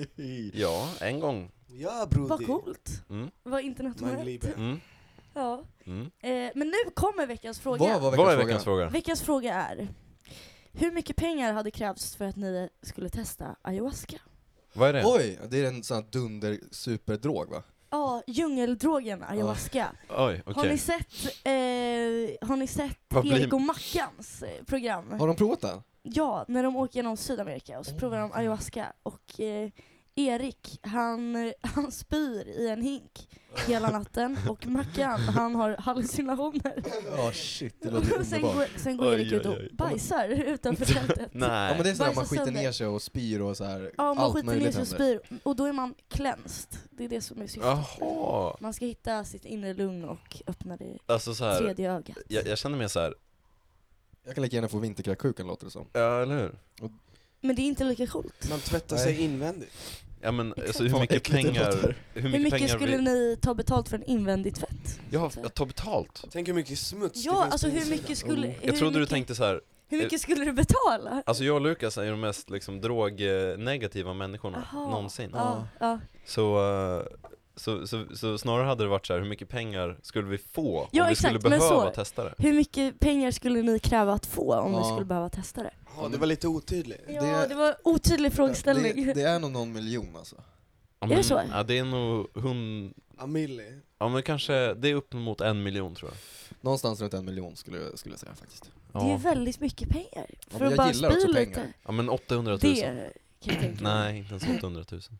ja, en gång. Ja, brudi. Vad coolt. Mm, Vad Mein internationellt. Liebe. mm, Ja. mm. Eh, men nu kommer veckans fråga. Vad var Vad är veckans veckans fråga? fråga? Veckans fråga är: hur mycket pengar hade krävts för att ni skulle testa ayahuasca? Vad är det? Oj, det är en sån här dunder superdrog va? Ja, djungeldrogen ayahuasca. Oj, Har okej. ni sett, eh, har ni sett Vad blir- Erik och Mackans eh, program? Har de provat den? Ja, när de åker genom Sydamerika och så provar de ayahuasca och eh, Erik, han, han spyr i en hink hela natten och Mackan, han har hallucinationer. Ja shit, det låter Och sen underbart. går, sen går Oj, Erik ut oj, och oj. bajsar utanför tältet. Ja Nej. men det är sådär man Bajsar skiter sönder. ner sig och spyr och så här. Ja, man allt skiter ner möjligt sig och händer. spyr och då är man cleansed. Det är det som är syftet. Jaha. Man ska hitta sitt inre lugn och öppna det Alltså så här. tredje ögat. Jag, jag känner mig så här. Jag kan lika gärna få vinterkräksjukan låter det som. Ja, eller hur? Men det är inte lika coolt. Man tvättar Nej. sig invändigt. Ja men Exakt. alltså hur Fan, mycket äckligt det pengar... låter. Hur Hur mycket pengar skulle vi... ni ta betalt för en invändig tvätt? Ja, jag tar betalt. Tänk hur mycket smuts Ja, det finns alltså på hur insidan. mycket skulle... Oh. hur Jag trodde du mycket, tänkte så här. Hur mycket skulle du betala? Alltså jag och Lukas är ju de mest liksom drognegativa människorna Aha. någonsin. Ja, ja. Så, eh, så, så, så snarare hade det varit så här, hur mycket pengar skulle vi få Ja, om vi exakt, skulle men behöva så- testa det? Hur mycket pengar skulle ni kräva att få om ni Ja. skulle behöva testa det? Ja, det var lite otydligt. Ja, Det- det var otydlig frågeställning. Det, det är nog någon miljon alltså. Ja, det men, så? Ja, det är nog hund... Amilli. Ja men kanske, det är upp mot en miljon tror jag. Någonstans runt en miljon skulle jag, skulle jag säga faktiskt. Det är ju Ja, väldigt mycket pengar. För men att jag bara gillar också spy pengar. lite. ja men åttahundratusen. Det kan jag tänka mig. Nej, inte ens åttahundratusen.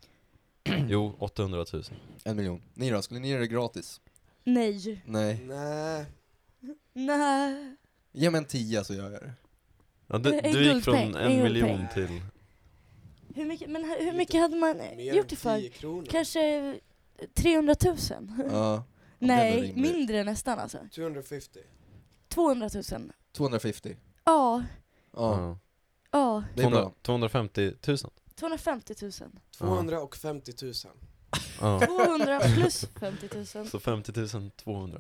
Jo, åttahundratusen. En miljon. Ni då, skulle ni göra det gratis? Nej. Nej. Nej. Nej. Ge mig en tia så gör jag det. Ja, du, En du gick guldpeng, från en en guldpeng. miljon till... Hur mycket, men hur mycket hade man Mer gjort det än för? tio kronor. Kanske trehundratusen? Ja. det är Nej, ändå rimligt. mindre nästan alltså. tvåhundrafemtio. tvåhundratusen. tvåhundrafemtio. Ja, Ja, Ja. ja. det är bra. tvåhundrafemtio tusen. tvåhundrafemtio tusen. tvåhundrafemtio tusen. Ja. tvåhundra plus femtio tusen. Så femtio tusen tvåhundra.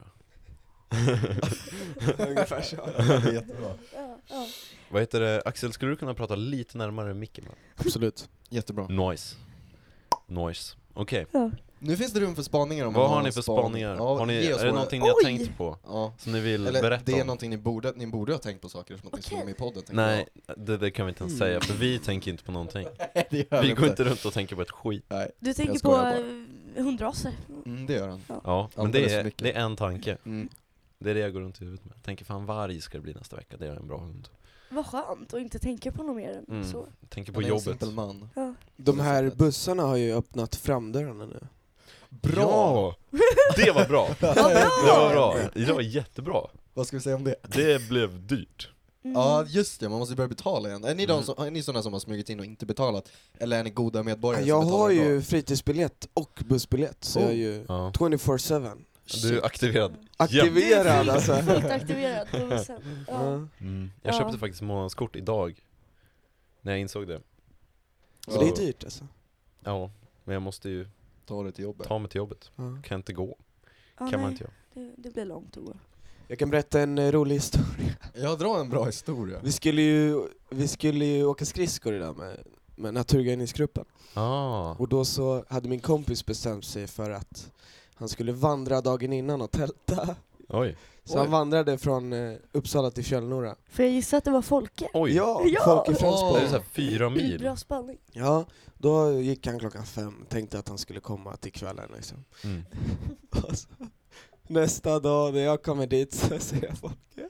Ungefär så. Det är jättebra. Ja, ja. Vad heter det? Axel, skulle du kunna prata lite närmare micken? Va? Absolut. Jättebra. Noise. Noise. Okej. Ja. Nu finns det rum för spaningar om Vad man har ni för spaning. spaningar? Ja, har ni, ge oss är det våra- någonting ni har Oj! tänkt på? Ja. Som ni vill Eller berätta det är om? någonting ni borde, ni borde ha tänkt på saker som att ni skulle vara med i podden, tänker Nej, det, det kan vi inte ens säga, för vi tänker inte på någonting. jag. Det gör Vi jag går inte runt och tänker på ett skit. Nej. Du tänker på skojar eh, hundraser. Mm, det gör han. Ja, men Alldeles det för är, mycket. det är en tanke. Mm. Det är det jag går runt i huvudet med. Tänker fan, varg ska det bli nästa vecka, det är en bra hund. Vad skönt att inte tänka på något mer än Mm. så. Tänker på Han är en jobbet. simpel man. Ja. De här bussarna har ju öppnat framdörrarna nu. Bra! Det var bra! Vad Det bra! var bra, det var jättebra. Vad ska vi säga om det? Det blev dyrt. Mm. Ja just det, man måste börja betala igen. Är ni, de Mm. som, är ni sådana som har smugit in och inte betalat? Eller är ni goda medborgare Jag som betalar har bra? ju fritidsbiljett och bussbiljett, så Oh. jag är ju Ja. tjugofyra sju Du är aktiverad. aktiverad alltså. Fullt aktiverad på bussen. Ja. Ja. Mm. Jag Ja. köpte faktiskt månadskort idag. När jag insåg det. Så det är dyrt alltså. Ja, men jag måste ju Ta det till jobbet. ta mig till jobbet. Ja. Kan inte gå. Ja, Kan man nej, inte göra. det, det blir långt att gå. Jag kan berätta en eh, rolig historia. Jag drar en bra historia. Vi skulle ju, vi skulle ju åka skridskor idag med, med naturgångsgruppen. Ah. Och då så hade min kompis bestämt sig för att han skulle vandra dagen innan och tälta. Oj. Så Oj. han vandrade från eh, Uppsala till Källnora. För jag gissar att det var Folke. Oj. Ja, Ja! folk i Åh. Frälsborg. Det är så här fyra mil. Bra spaning. Ja, då gick han klockan fem, tänkte att han skulle komma till kvällen liksom. Mm. Och så, nästa dag när jag kommer dit så ser jag Folke.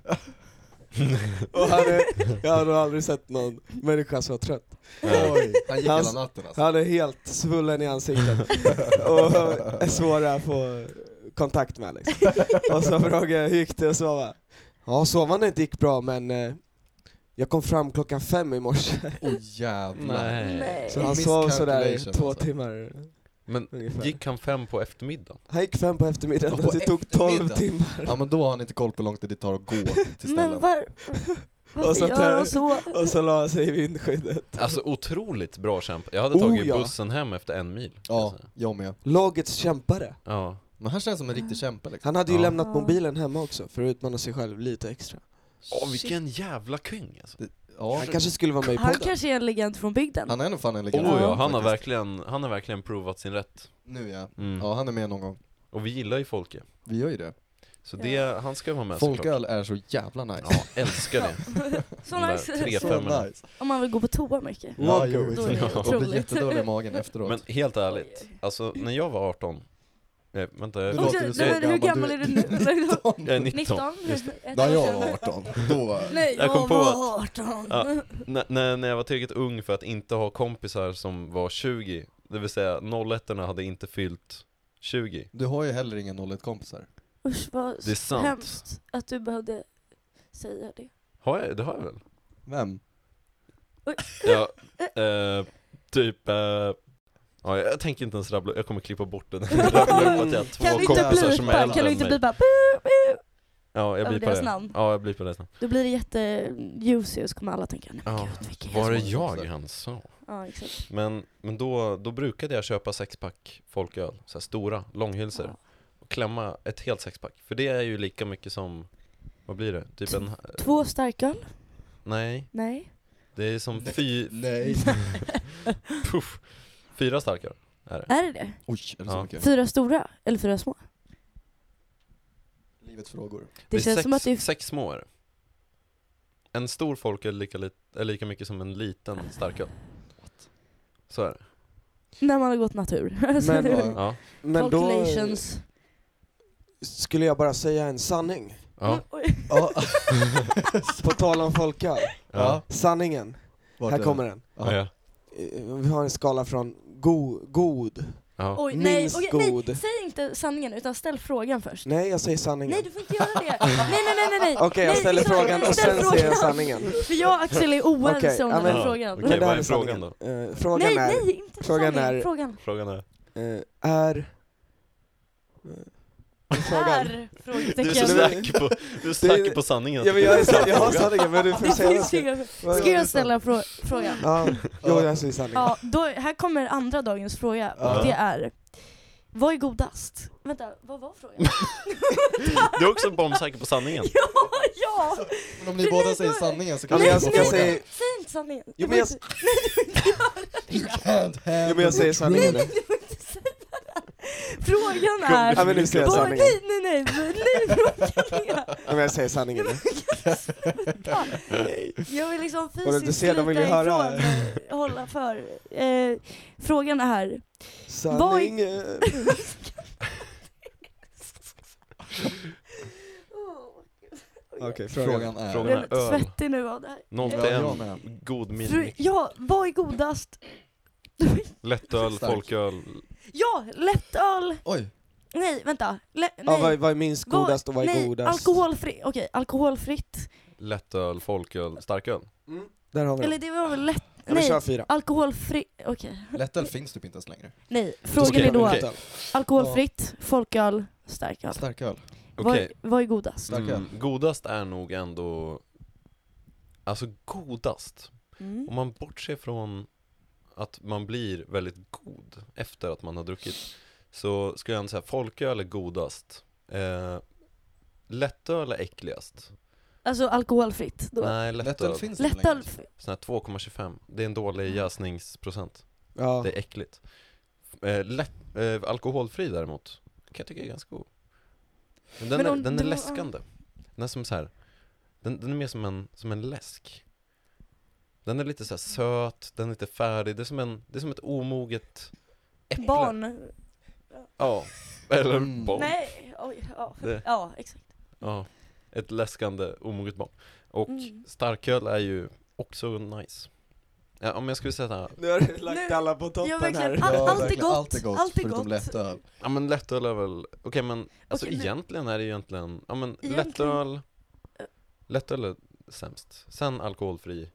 Och han är, jag har nog aldrig sett någon människa så trött. Oj, han gick Hans- hela natten alltså. Han är helt svullen i ansiktet och är svår att få kontakt med liksom. Och så frågade jag hur gick det och sova. Ja, sovandet gick bra men eh, jag kom fram klockan fem i morse. Åh jävlar. Nej. Nej. Så han sov sådär Miscalculation, två alltså. timmar Men ungefär. gick han fem på eftermiddagen? Han gick fem på eftermiddagen På och det tog tolv eftermiddagen? timmar. Ja men då har han inte koll på hur långt det tar att gå till Men ställen. var, Och så varför gör tar- han så? Och så la han sig i vindskyddet. Alltså otroligt bra kämpa. Jag hade Oh, tagit ja. bussen hem efter en mil. kan Ja, jag säga. jag med. Lagets kämpare. Ja. Men han känns som en riktig kämpe liksom. Han hade ju Ja. lämnat Ja. mobilen hemma också för att utmana sig själv lite extra. Åh, vilken jävla kung alltså. Ja, Han kanske skulle vara med i Han podden. kanske är en legend från bygden. han är nog fan en Åh legend. ja, han har faktiskt. verkligen, han har verkligen provat sin rätt. Nu ja. Mm. Ja, han är med någon gång. Och vi gillar ju Folke. Vi gör ju det. Så det, Ja. han ska vara med såklart. Folköl är så jävla nice. Ja, älskar det. Så De där nice. tre Så femmorna. nice. Om man vill gå på toa mycket. Ja, Walker. jo, Då är det exakt. Och otroligt. blir jättedålig i magen efteråt. Men helt ärligt, alltså när jag var arton, nej, vänta, Det jag, låter Också, ju så nej, men hur gammal gammal du- är du nu? jag är nitton. nitton? Just Ett När år jag sedan. var arton, då... Nej, Jag jag, kom på var arton. Ja. N- när, när jag var tillräckligt ung för att inte ha kompisar som var tjugo, det vill säga nollettorna hade inte fyllt tjugo. Du har ju heller inga noll ett-kompisar. Usch vad Det är sant. hemskt att du behövde säga det. Har jag? Det har jag väl? Vem? Ja, eh, typ, eh, ja, jag tänker inte ens rabbla, jag kommer klippa bort det. Rabbla upp att jag har två Kan du inte kompisar som är blipa? äldre Kan du än inte mig. blipa? Bu, bu. Ja, jag över blir på deras det. namn? Ja, jag blir på deras namn. Då blir det jätte juicy och så kommer alla tänka, nej men Ja, gud vilka var det är jag han sa? Ja, exakt. Men, men då, då brukade jag köpa sexpack folköl, så här stora, långhylsor. Ja. Och klämma ett helt sexpack. För det är ju lika mycket som, vad blir det? Typ en, Två starköl? nej, Nej. det är som fy, Nej. puff, fyra starkare är det. Är det det? Oj, är det så Ja. mycket? Fyra stora? Eller fyra små? Livets frågor. Det, Det är känns sex, som att det är sex små är det. En stor folköl är lika, lit, är lika mycket som en liten starköl. Så är det. när man har gått natur. Alltså, Men- det är- Ja. Ja. Men då Calculations. skulle jag bara säga en sanning. Ja. Oj. Ja. På tal om folköl. Ja. Sanningen. Vart Här är kommer det? den. Ja. Ja. Eh, Vi har en skala från go, god. Ja. Oj, nej, Minst okej, god. nej, säg inte sanningen utan ställ frågan först. Nej, jag säger sanningen. Nej, du får inte göra det. Nej, nej, nej, nej, nej. Okej, jag Nej, ställer ställ- frågan och ställ sen säger jag frågan. sanningen. För jag och Axel är oense Okej, om ja, den men- här Ja, frågan. okej. Men det vad här är är frågan sanningen. Eh, frågan nej, är, nej, inte frågan sanningen. är- Frågan. Frågan är... eh, är... eh, Frågan. Är, Du är så frågetecken. säker på, du är säker på sanningen. Ja, men jag, är, jag har sanningen, men du får Det säga finns det. inga... Vad- Ska jag ställa frå- frågan? Ja, jo, jag säger sanningen. Ja, då, här kommer andra dagens fråga. Ja. Och det är, vad är godast? Vänta, vad var frågan? Du är också bombsäker på sanningen. ja, ja! Men om ni Nej, båda nej, säger nej. sanningen så Ja, kan men vi jag, få jag frågan. säger... Säg inte sanningen. Jo, Du men jag, får inte- Nej, du får inte göra det. You can't have jo, men jag säger sanningen nu. Du får inte säga Frågan är... Ja, men nu säger jag Vad- sanningen. nej, nej, nej, nej, frågan är... Om jag säger sanningen nu. Jag vill liksom Och du fysiskt ser, de vill ju slita höra. ifrån, eh, hålla för. Eh, frågan är här. Sanningen. Okej, frågan. Frågan är... Frågan Jag är är öl. svettig nu av det här. noll till Ja, jag en, med. god Fru, minic. ja, vad är godast? Lättöl, Stark. folköl. Ja, lättöl. Oj, Nej, vänta. Lä, nej. Ja, vad, är- vad är minst Vad- godast och vad är nej, godast? alkoholfritt. Okej, alkoholfritt. Lättöl, folköl, starköl. Mm, där har vi Eller det. det var väl lätt... Ja, vi kör Nej, fyra. alkoholfritt. Okej. lättöl finns typ inte ens längre. Nej, frågan Okej, är då okej. alkoholfritt, folköl, starköl. Starköl. Okej. Vad, vad är godast? Starköl. Mm, godast är nog ändå... Alltså godast. Mm. Om man bortser från att man blir väldigt god efter att man har druckit, så skulle jag ändå säga folköl är godast. Eh, lättöl är äckligast. Alltså alkoholfritt då? Nej, Lättöl lättöl. finns inte Lättöl, längre. Sån här två komma tjugofem. Det är en dålig jäsningsprocent. Ja. Det är äckligt. Eh, lätt, eh, alkoholfri däremot kan jag tycka är ganska god. Men den Men är, om den är det var- läskande. Den är som så här. Den, den är mer som en, som en läsk. Den är lite så här söt, den är lite färdig. Det är som, en, det är som ett omoget äpple. barn. Ja, eller Mm. barn. Nej, oj, ja, Det- ja exakt. Ja, ett läskande omoget barn. Och Mm. starköl är ju också nice. Ja, om jag skulle säga så här. Nu har du lagt Nu- alla på Ja, toppen verkligen. här. All- Ja, allt är verkligen. gott, Allt är gott, allt är förutom gott. lättöl. Ja men lättöl är väl, okej men alltså Okej, nu- egentligen är det ju egentligen, ja men Egentligen- lättöl, lättöl är sämst. Sen alkoholfri,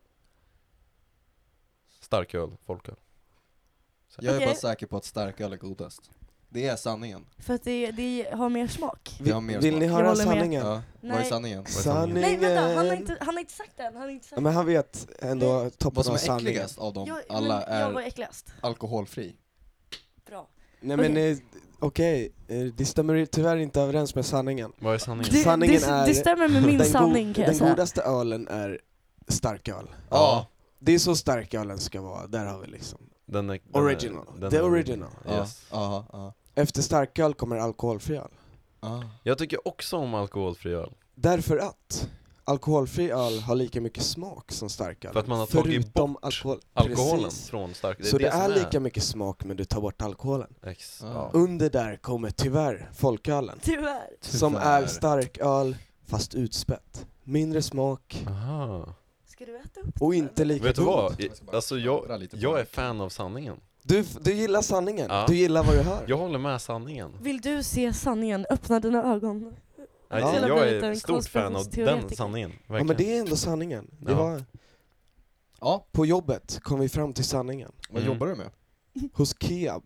starköl, folköl. Sen. Jag är Okej. bara säker på att starköl är godast. Det är sanningen. För att det, det har mer smak. Vi har mer Vill ni smak. höra håller med. sanningen? Ja, vad är Nej. sanningen? Sanningen. Nej vänta, han har inte, han har inte sagt den. Han har inte sagt Ja, men han vet ändå toppen Vad som av är sanningen. äckligast av dem jag, alla men, jag var är äckligast. alkoholfri. Bra. Nej men Okej. eh, okej, eh, det stämmer ju tyvärr inte överens med sanningen. Vad är sanningen? Det, Sanningen det, är- det stämmer med min den go- sanning kan jag Den säga. godaste ölen är starköl. Ja. Det är så starkölen ska vara, där har vi liksom. Den är, den Original. Är, den The är original. Ja, Yes. ja, ja, Efter starköl kommer alkoholfri öl. ja. Jag tycker också om alkoholfri öl. Därför att alkoholfri öl har lika mycket smak som starköl. För att man har tagit Förutom bort alkohol. Alkoholen Precis. från stark. Så det, är, som lika mycket smak men du tar bort alkoholen. Ex. Ja. Ja. Under där kommer tyvärr folkölen. Tyvärr. Som Tyvärr. är starköl fast utspätt. Mindre smak Aha. Ska du äta upp och den? inte lika Vet du god. vad? Jag ska bara Alltså knorra jag, lite på jag är den. fan av sanningen. Du, du gillar sanningen, Ja. du gillar vad du hör. Jag håller med sanningen. Vill du se sanningen? Öppna dina ögon. Nej, Ja. jag Jag blir är lite en stort fan av den konspirationsteoretiker. sanningen. Ja Verkligen. men det är ändå sanningen. Det Ja. var, Ja, på jobbet kom vi fram till sanningen. vad Mm. jobbar du med? Hos Keab.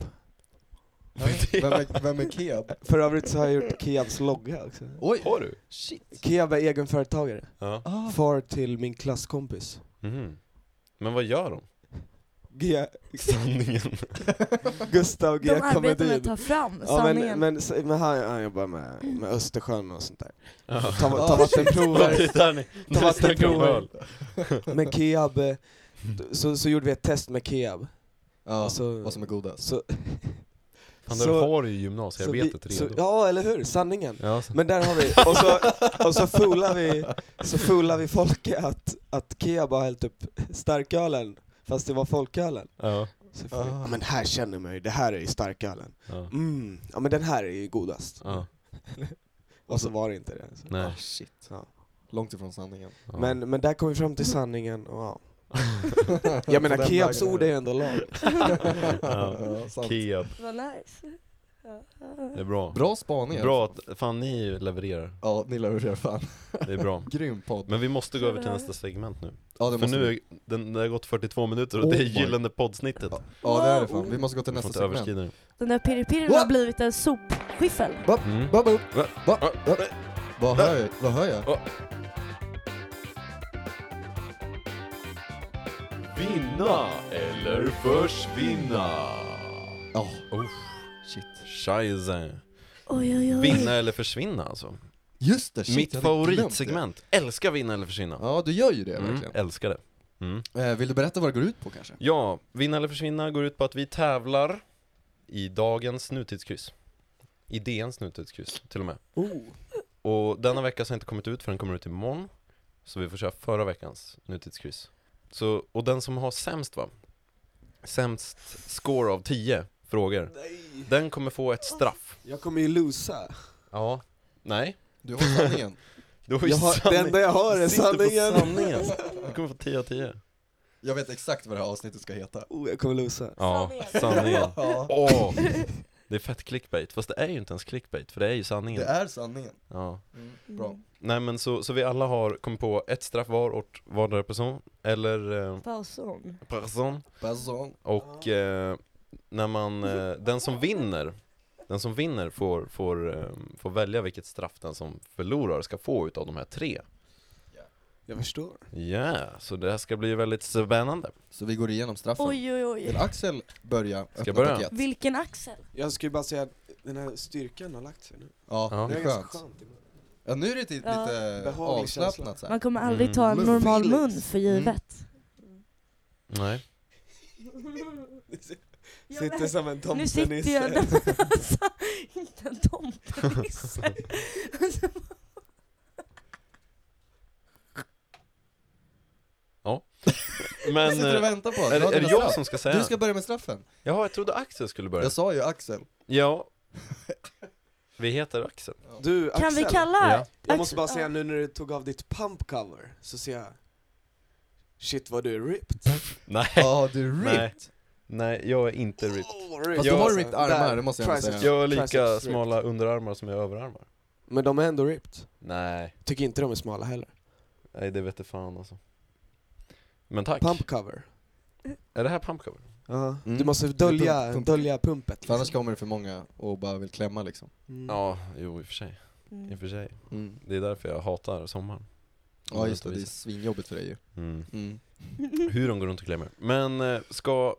Vem är, vem är Keab? För övrigt så har jag gjort Keabs logga också. Oj! Har du? Shit! Keab är egenföretagare. Ja. Ah. Far till min klasskompis. Mhm. Men vad gör de? G- Sanningen. Gustav G. De arbetar med att Komedin. ta fram Ja, sanningen. men, men, men han, han jobbar med, med Östersjön och sånt där. Ja. Ta, ta Ah, vattenprover. Det är där ni, Ta ni snackar om vattenprover. öl. Men Keab, eh, så, så gjorde vi ett test med Keab. Ja, Så- vad som är godast. Så, Fan, Så- där har du ju så gymnasiearbetet vi, så, redo. ja, eller hur? Sanningen. Ja, så. Men där har vi, och så, och så foolar vi, så foolar vi folket att, att Keab har hällt upp starkölen, fast det var folkölen. Ja. Så får vi, ja men här känner man ju, det här är ju starkölen. Ja. Mm, ja men den här är ju godast. Ja. Och så var det inte det. Så. Nej. Ah, shit. Ja. Långt ifrån sanningen. Ja. Men, men där kom vi fram till sanningen, och ja. Jag menar På den Keabs vägen ord är ju ändå lag. Ja. Ja, sant. Keab, Vad nice. Ja. det är bra. Bra spaning. Bra att fan ni levererar. Ja, ni levererar fan. Det är bra. Grym podd. Men vi måste gå över till nästa segment nu. Ja, det För måste nu vi. är, den, det har gått fyrtiotvå minuter och Oh det är my- gyllene poddsnittet. Ja, ja, det är det fan. Vi måste gå till Vi får nästa inte segment. överskrida nu. Den där pirripirren har What? blivit en sopskyffel. Mm. Va, va, Va? va, Va? va? Vad hör jag? Vad hör jag? Vinna eller försvinna. Ja, Oh, shit. scheisse. Oj, oj, oj. Vinna eller försvinna alltså. Just det, shit, Mitt jag hade glömt favoritsegment. Älskar vinna eller försvinna. det. Ja, du gör ju det Mm, verkligen. älskar det. Mm. Eh, vill du berätta vad det går ut på kanske? Ja, vinna eller försvinna går ut på att vi tävlar i dagens nutidskryss. I D N:s nutidskryss till och med. Oh. Och denna vecka så har inte kommit ut för den kommer ut imorgon. Så vi får köra förra veckans nutidskryss. Så, och den som har sämst va? Sämst score av tio frågor. Nej. Den kommer få ett straff. Jag kommer ju losa. Ja. Nej. Du har sanningen. Du har ju Jag har, det sanning. enda jag har är Sitter på sanningen. sanningen. Du kommer få tio av tio. Jag vet exakt vad det här avsnittet ska heta. Oh, jag kommer losa. Ja, Sanningen. sanningen. Ja, Åh, det är fett clickbait. Fast det är ju inte ens clickbait, för det är ju sanningen. det är sanningen. Ja. Mm, bra. Nej men så, så vi alla har kommit på ett straff var åt vardera person. Eller eh, Pauson. person. Person. Och eh, när man, eh, den som vinner Den som vinner får, får, eh, får välja vilket straff den som förlorar ska få utav de här tre. Jag förstår. Ja, yeah, så det här ska bli väldigt spännande. Så vi går igenom straffen. Oj oj Vill oj. Axel börja öppna jag börja? paket? Vilken Axel? Jag skulle bara säga att den här styrkan har lagt sig nu. Ja, Ja. det är ganska skönt. skönt. Ja, nu är det lite, Ja. lite Behaglig känsla. avslappnat så här. Man kommer aldrig Mm. ta en Men normal feelings. mun för givet. Nej. Sitter som en Nu sitter jag tomtenisse. där, alltså, inte en tomtenisse. Alltså, Men Vad sitter du och eh, väntar på? är, Dra är det dina jag straff. som ska säga? Du ska börja med straffen. Jaha, jag trodde Axel skulle börja. Jag sa ju Axel. Ja. Vi heter Axel. Du, Axel. kan vi kalla Ja. Jag måste bara Axel- säga nu när du tog av ditt pump cover så ser jag shit vad du är ripped. Nej. Ja, du är Nej. ripped. Nej, jag är inte ripped. Oh, ripped. Fast du Jag- har ripped armar, Där. det måste jag ändå Triceps. säga. Jag har lika Triceps smala underarmar som jag har överarmar. Men de är ändå ripped. Nej, Tycker inte de är smala heller. nej det vet jag fan alltså. Men tack. Pump cover. Är det här pumpcover? Ja. Mm. Du måste Det är dölja, pump- pump. dölja pumpet. För annars kommer det för många och bara vill klämma liksom. Mm. Ja, jo i och för sig. I och Mm. för sig. Mm. Det är därför jag hatar sommaren. Ja just det, det är svinjobbigt för dig ju. Mm. Mm. Hur de går runt och klämmer. Men eh, ska...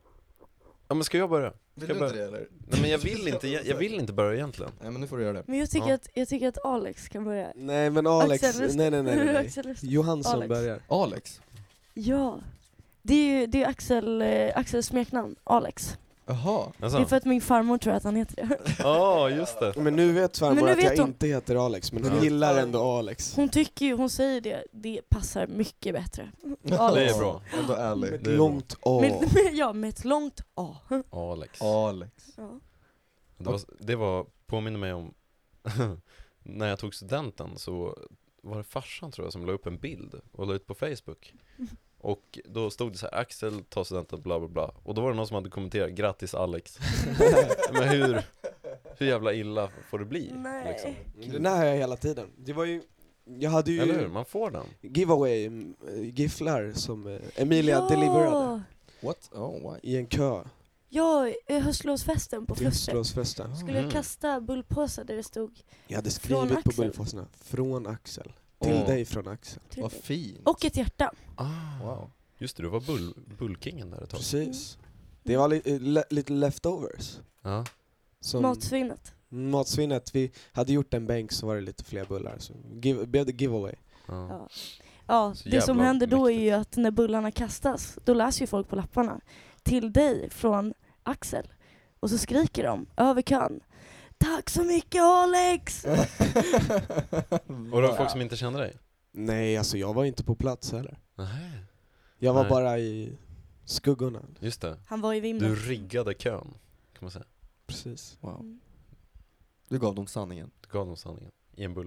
Ja men ska jag börja? Vill Ska du jag inte börja? det eller? Nej men jag vill inte, jag, jag vill inte börja egentligen. Nej men nu får du göra det. Men jag tycker, Ja. att, jag tycker att Alex kan börja. Nej men Alex, Axel, nej nej nej, nej, nej. Axel, röst. Johansson Alex. börjar. Alex? Ja, det är ju det är Axel, eh, Axels smeknamn, Alex. Jaha. Det är Alltså. för att min farmor tror att han heter det. Ja, just det. Men nu vet farmor Men nu att vet jag hon. inte heter Alex, men hon Ja. gillar ändå Alex. Hon tycker ju, hon säger det, det passar mycket bättre. Det Alex. är bra. Ändå ärlig. Med det ett är långt A. Med, med, ja, med ett långt A. Alex. Alex. Ja. Det var, det var påminner mig om när jag tog studenten så var det farsan tror jag som la upp en bild och la ut på Facebook. Och då stod det så här: Axel tar studenten bla bla bla. Och då var det någon som hade kommenterat: grattis Alex. Men hur, hur jävla illa får det bli? Nej. Liksom? Den här har jag hela tiden. Det var ju, jag hade ju Eller hur? Man får den. giveaway, mm, gifflar som eh, Emilia deliverade What? Oh, why? i en kö Ja, eh, höstlovsfesten på till Fluster. höstlovsfesten. Skulle jag Mm. kasta bullpåsar där det stod Jag hade Från skrivit på Axel. bullpåsarna, från Axel. Till Åh. dig från Axel. till Vad dig. fint. Och ett hjärta. Ah, Wow. just det, du var bull, bullkingen där ett tag. Precis. Det var li- eh, le- lite leftovers. Ja. Som Matsvinnet. matsvinnet, vi hade gjort en bänk så var det lite fler bullar. Så give, blev det giveaway. Ja. Ja, ja Så det som jävla händer då är mäktigt. ju att när bullarna kastas, då läser ju folk på lapparna till dig från Axel. Och så skriker de över kön: tack så mycket Alex! Och det var folk som inte kände dig? Nej, alltså jag var inte på plats heller. Nej. Jag var Nej. bara i skuggorna. Just det. Han var i vimlet. Du riggade kön, kan man säga. Precis. Wow. Mm. Du gav dem sanningen. Du gav dem sanningen i en bulle.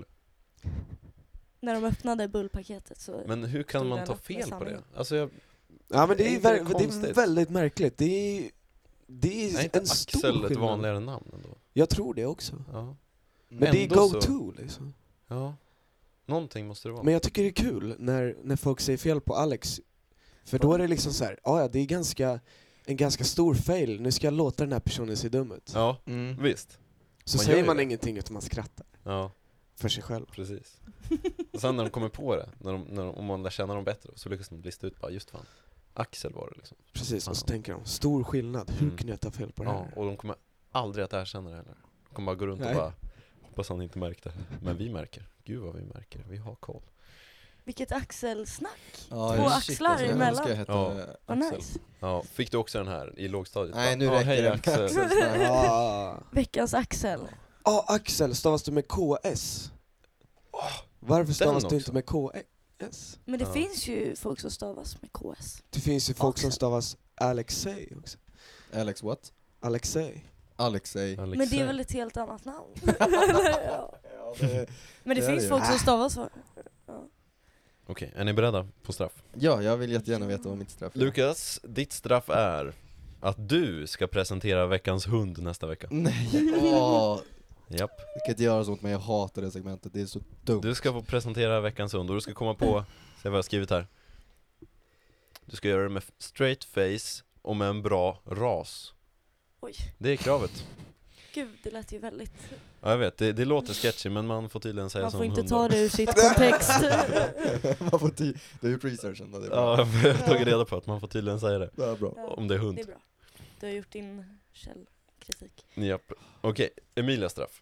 När de öppnade bullpaketet så... Men hur kan Stod man den ta upp med fel på det? sanningen. Alltså jag, Ja men det Är är, inte det ver- det är konstigt? väldigt märkligt. Det är, det är, är inte en stor Axel ett skillnad. vanligare namn ändå? Jag tror det också. Ja. Men det är Ändå så- go-to liksom. Ja. Någonting måste det vara. Men jag tycker det är kul när, när folk säger fel på Alex. För då är det liksom så här, ja ja, det är ganska, en ganska stor fail. Nu ska jag låta den här personen se dum ut. Ja, Mm. visst. Så man säger gör ju man det. ingenting utan man skrattar Ja, för sig själv. precis. Och sen när de kommer på det, när de, när de, om man lär känna dem bättre, så lyckas de lista ut bara, just fan, Axel var det liksom. Precis, och så Ja. tänker de, stor skillnad, hur Mm. kunde jag ta fel på det Ja, här? och de kommer aldrig att erkänna det heller. De kommer bara gå runt Nej. och bara, hoppas han inte märkte. Men vi märker, gud vad vi märker, vi har koll. Vilket Axelsnack. Ja, Två shit, axlar alltså, jag emellan. önskar jag hette Ja. Vad Axel. nice. Ja, fick du också den här i lågstadiet? Nej, nu Bara, räcker ja, hej det. Axel. Axelsnack. Ja. Veckans Axel. ah, Axel, stavas du med K S? Varför stavas du också. inte med K S? Men det Ja. finns ju folk som stavas med K S. Det finns ju folk Axel. som stavas Alexei också. Alex what? Alexei. Alexei. Alexei. Men det är väl ett helt annat namn? Ja. Ja, det... Men det, Det är finns det folk ju. som stavas så. Okej, är ni beredda på straff? ja, jag vill jättegärna veta vad mitt straff är. Lukas, ditt straff är att du ska presentera veckans hund nästa vecka. Nej, åh, Japp. du kan inte göra så mot mig, jag hatar det segmentet, det är så dumt. Du ska få presentera veckans hund och du ska komma på, se vad jag har skrivit här. Du ska göra det med straight face och med en bra ras. Oj, Det är kravet. gud det lät ju väldigt... Ja, jag vet, det, det låter sketchy men man får tydligen säga Man som får inte hundar. ta det ur sitt kontext. Man får ty- det är ju researchen då, det är bra. Ja, jag har tagit reda på att man får tydligen säga det. Det är bra. Ja, Om det är hund. det är bra. Du har gjort din källkritik. Japp. Okej, Emilia straff.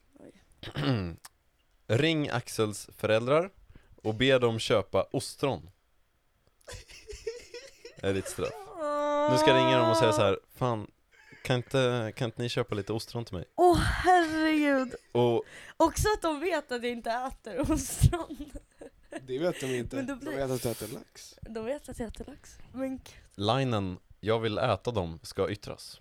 Ring Axels föräldrar och be dem köpa ostron. Är ditt straff. Nu ska jag ringa dem och säga så här: fan, kan inte, kan inte ni köpa lite ostron till mig? Åh herregud. Och Också att de vet att jag inte äter ostron. Det vet de inte. Men då blir- De vet att du äter lax. De vet att jag äter lax. Men linen, jag vill äta dem, ska yttras.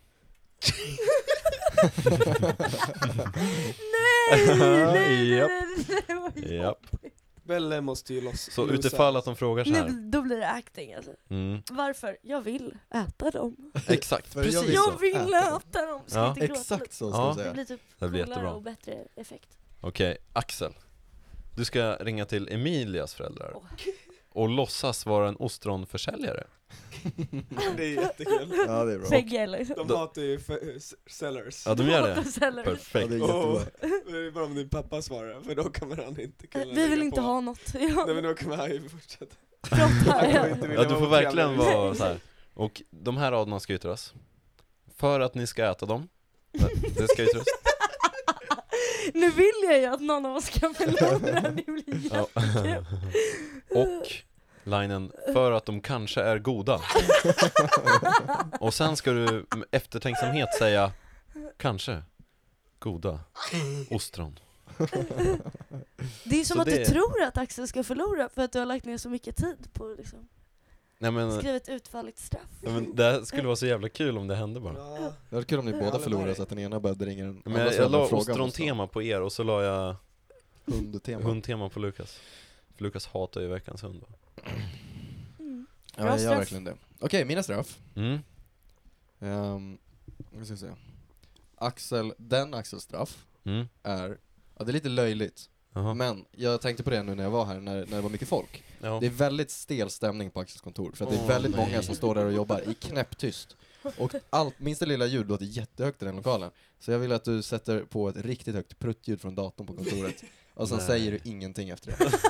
nej, nej, nej, Japp. nej, nej, vad Japp. Belle måste ju loss. Så losa. utifall att de frågar så här. Nu, då blir det acting alltså. Mm, Varför? Jag vill äta dem. exakt, För jag precis vill så. Jag vill Äta äta dem. Ska Ja. inte gråta Exakt lite? så ska Ja. jag Det säga. blir typ Det blir coolare jättebra. och bättre effekt. Okej, Axel. Du ska ringa till Emilias föräldrar Åh. och låtsas vara en ostronförsäljare. Det är jättekul. Ja, det är bra. Fegge liksom. De hatar ju f- s- sellers. Ja, de gör det. Sellers. Ja, Perfekt. det är jättebra. Och det är bara om din pappa svarar, för då kommer han inte kunna Vi vill lägga inte på. ha något. Nej Ja, men då kommer han ju fortsätta. prata Han här. kommer inte vilja Ja, du vara får verkligen trevlig. vara så här. Och de här raderna ska yttras. För att ni ska äta dem. Det ska yttras. Nu vill jag ju att någon av oss ska förlora. Det blir Ja. jättekul. Och linen, för att de kanske är goda. Och sen ska du med eftertänksamhet säga kanske goda ostron. Det är som Så att det- du tror att Axel ska förlora för att du har lagt ner så mycket tid på att liksom Nej men, skriva ett utfalligt straff. nej, men det här skulle vara så jävla kul om det hände bara. Ja. Det var kul om ni båda men förlorade nej. så att den ena behövde ringa den Men andra jag, jag föräldern la och fråga om ostron-tema på er och så la jag Hundtema. hundtema på Lukas. För Lukas hatar ju veckans hund då. Mm. Ja, Bra jag gör straff. verkligen det. Okej, mina straff. Mm. Um, vad ska jag säga? Axel, den Axels straff Mm. är, ja det är lite löjligt, Jaha. men jag tänkte på det nu när jag var här, när, när det var mycket folk. Ja. Det är väldigt stel stämning på Axels kontor, för att det är Åh, väldigt nej. många som står där och jobbar i knäpptyst. Och allt, minsta lilla ljud låter jättehögt i den lokalen. Så jag vill att du sätter på ett riktigt högt pruttljud från datorn på kontoret. Och sen Nej. säger du ingenting efter det. Ett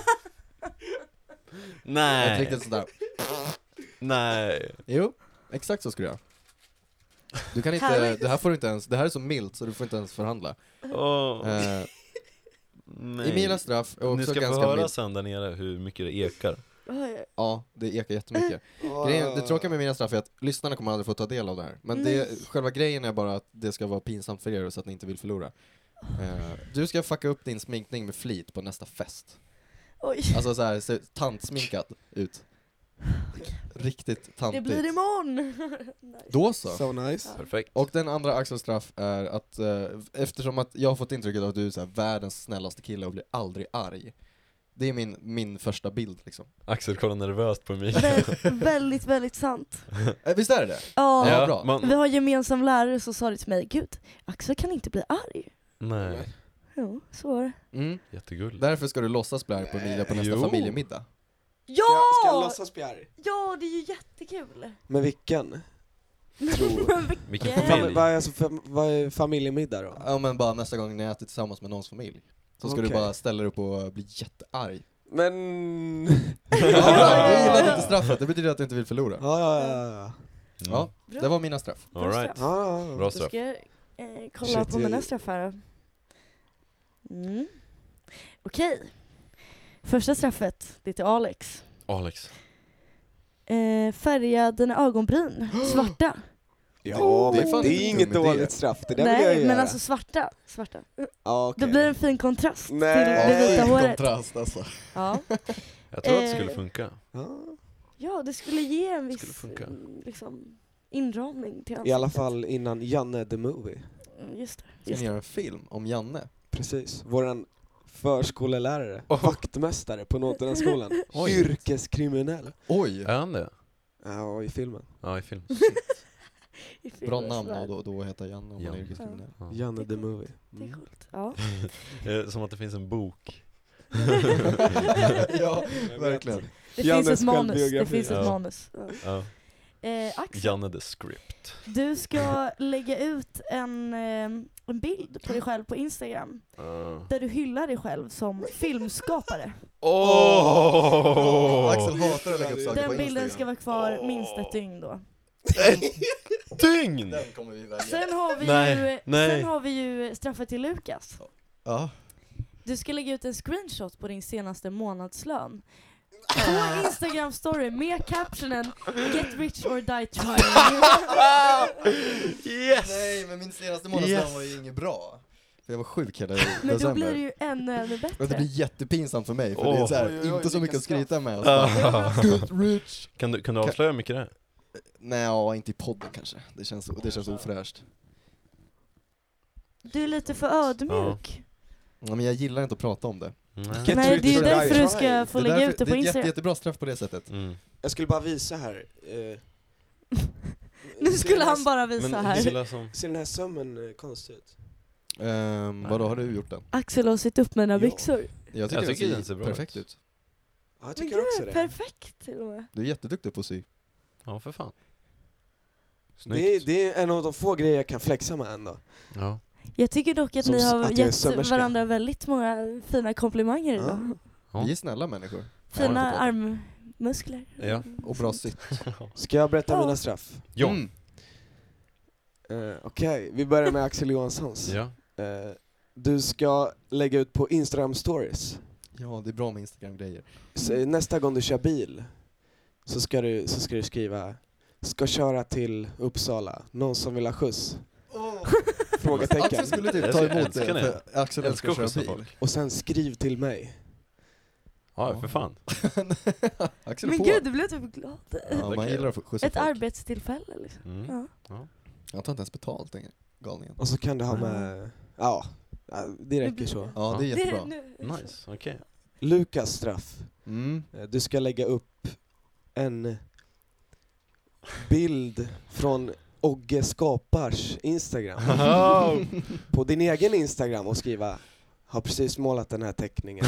Nej. riktigt sådär. Nej. Jo, exakt så ska du göra. Du kan inte, Härligt. det här får du inte ens, det här är så milt så du får inte ens förhandla. Åh. Eh, Nej. Emilas straff är Ni också ska få ganska höra milt. sen där nere hur mycket det ekar. Oj. Ja, det ekar jättemycket. Grejen, det tråkiga med mina straff är att lyssnarna kommer aldrig få ta del av det här. Men det, Nej. själva grejen är bara att det ska vara pinsamt för er så att ni inte vill förlora. Eh, du ska fucka upp din sminkning med flit på nästa fest. Oj. Alltså så här, se tantsminkad ut. Riktigt Det tantigt. blir imorgon. Nice. Då så. So nice. Perfekt. Och den andra Axels straff är att eh, eftersom att jag har fått intrycket av att du är så här, världens snällaste kille och blir aldrig arg. Det är min, min första bild liksom. Axel kollar nervöst på Emilia. Vä- väldigt, väldigt sant. Eh, visst är det det? Ja. Ja, bra. man, Vi har gemensam lärare som sa det till mig. Gud, Axel kan inte bli arg. nej, Jo, så var det. Mm. jättegulligt. Därför ska du låtsas bli arg på Emilia på nästa Jo. familjemiddag. Ja! Ska, ska jag låtsas bli arg? Ja, det är ju jättekul. Men vilken? Vilken Ja. familj. Vad är, alltså, fam- vad är familjemiddag då? Ja men bara nästa gång ni äter tillsammans med någons familj. Så ska du Okej. bara ställa dig upp och bli jättearg. Men... Ja, jag gillade inte straffet, det betyder att du inte vill förlora. Ja, ja, ja, ja. Mm. Ja, Bra. det var mina straff. All right. ja, ja. Bra Då straff. ska jag eh, kolla Shit, på jag- mina straff här då. Mm. Okej. Första straffet, det är till Alex. Alex. Eh, färga dina ögonbryn svarta. Ja, Det är men fan det är inte inget dum idé. dåligt straff, det där vill jag Nej, göra. men alltså svarta. svarta. Ja, okej. Det blir en fin kontrast Nej. till det vita sjuk håret. kontrast alltså. Ja. Jag tror att det Eh, skulle funka. Ja. ja, det skulle ge en Skulle viss funka. mm, liksom, inramning till I alla ansiktet. fall innan Janne the Movie. Mm, Just det. Ska Just ni det. göra en film om Janne? Precis. Våran förskolelärare, Oh. vaktmästare på Nåtenskolan. Oj. Yrkeskriminell. Oj! Är han det? Ja, i filmen. Ja, i film. I Bra filmens namn värld. och då, då heter Janne om man är Janne. yrkeskriminell. Ja. Janne the Movie. Det är Mm. coolt. Ja. Eh, Som att det finns en bok. Ja, verkligen. Det Jannes finns ett manus. Det självbiografi. finns ett Ja. manus. Ja. Ja. Eh, Axel, Janne the script. du ska lägga ut en, eh, en bild på dig själv på Instagram Uh. där du hyllar dig själv som filmskapare. Oh! Axel hatar att lägga upp saker på Den bilden ska Instagram. vara kvar minst ett dygn då. Dygn! Den kommer vi välja. Sen har vi, Nej, ju, nej. sen har vi ju straffet till Lukas. Ja. Du ska lägga ut en screenshot på din senaste månadslön på Instagram story med captionen Get rich or die trying. Yes! Nej, men min senaste månadslön Yes. var ju inget bra. För jag var sjuk hela Men december. då blir det ju ännu, ännu Men det bättre. blir jättepinsamt för mig, för det är Åh. så här, Oj, oj, oj, inte så vilka mycket att skryta med. Och Ah. så, Get rich! Kan du, kan du avslöja hur mycket det är? Nej, ja, inte i podden kanske. Det känns, det känns ofräscht. Du är lite för ödmjuk. Ja, men jag gillar inte att prata om det. Nej. Get Nej, rich det är ju or därför die du ska trying. få Det är lägga därför- ut det på Det är ett jätte, Instagram. jättebra straff på det sättet. Mm. Jag skulle bara visa här. Eh, Nu ser skulle den han här- bara visa Men här. gilla som... Ser den här sömmen eh, konstig ut? Um, vadå, har du gjort den? Axel har sytt upp mina Ja. byxor. Jag tycker, Jag tycker den den ser bra perfekt ut. ut. Ja, jag Men tycker också gud, det. perfekt till och med. Du är jätteduktig på att sy. Ja, för fan. Det är, Snyggt. det är en av de få grejer jag kan flexa med ändå. Ja. Jag tycker dock att Som ni s- har att jag är gett sömmerska. varandra väldigt många fina komplimanger Ja. idag. Ja. Vi är snälla människor. Fina Ja. armmuskler. Ja. Och bra sytt. Ska jag berätta Ja. mina straff? Ja. Mm. Eh, Okej, vi börjar med Axel Johanssons. Ja. Eh, du ska lägga ut på Instagram stories. Ja, det är bra med Instagram-grejer. Så, eh, nästa gång du kör bil så ska du, så ska du skriva ska köra till Uppsala, någon som vill ha skjuts? Frågetecken. Axel skulle typ Jag ta älskar emot det, det. för Axel Jag älskar älskar att att skjutsa köra bil. folk. Och sen skriv till mig. Ja, för fan. Axel är Men på. gud, du blev typ glad. Ja, man gillar att få skjutsa Ett folk. arbetstillfälle liksom. Mm. Ja. Jag tar inte ens betalt, den galningen. Och så kan du ha med, ja, ja det räcker så. Ja, det är jättebra. nu. Nice, okej. Lukas straff. Mm. Eh, Du ska lägga upp en bild från Ogge Skapars Instagram på din egen Instagram och skriva har precis målat den här teckningen. Oh,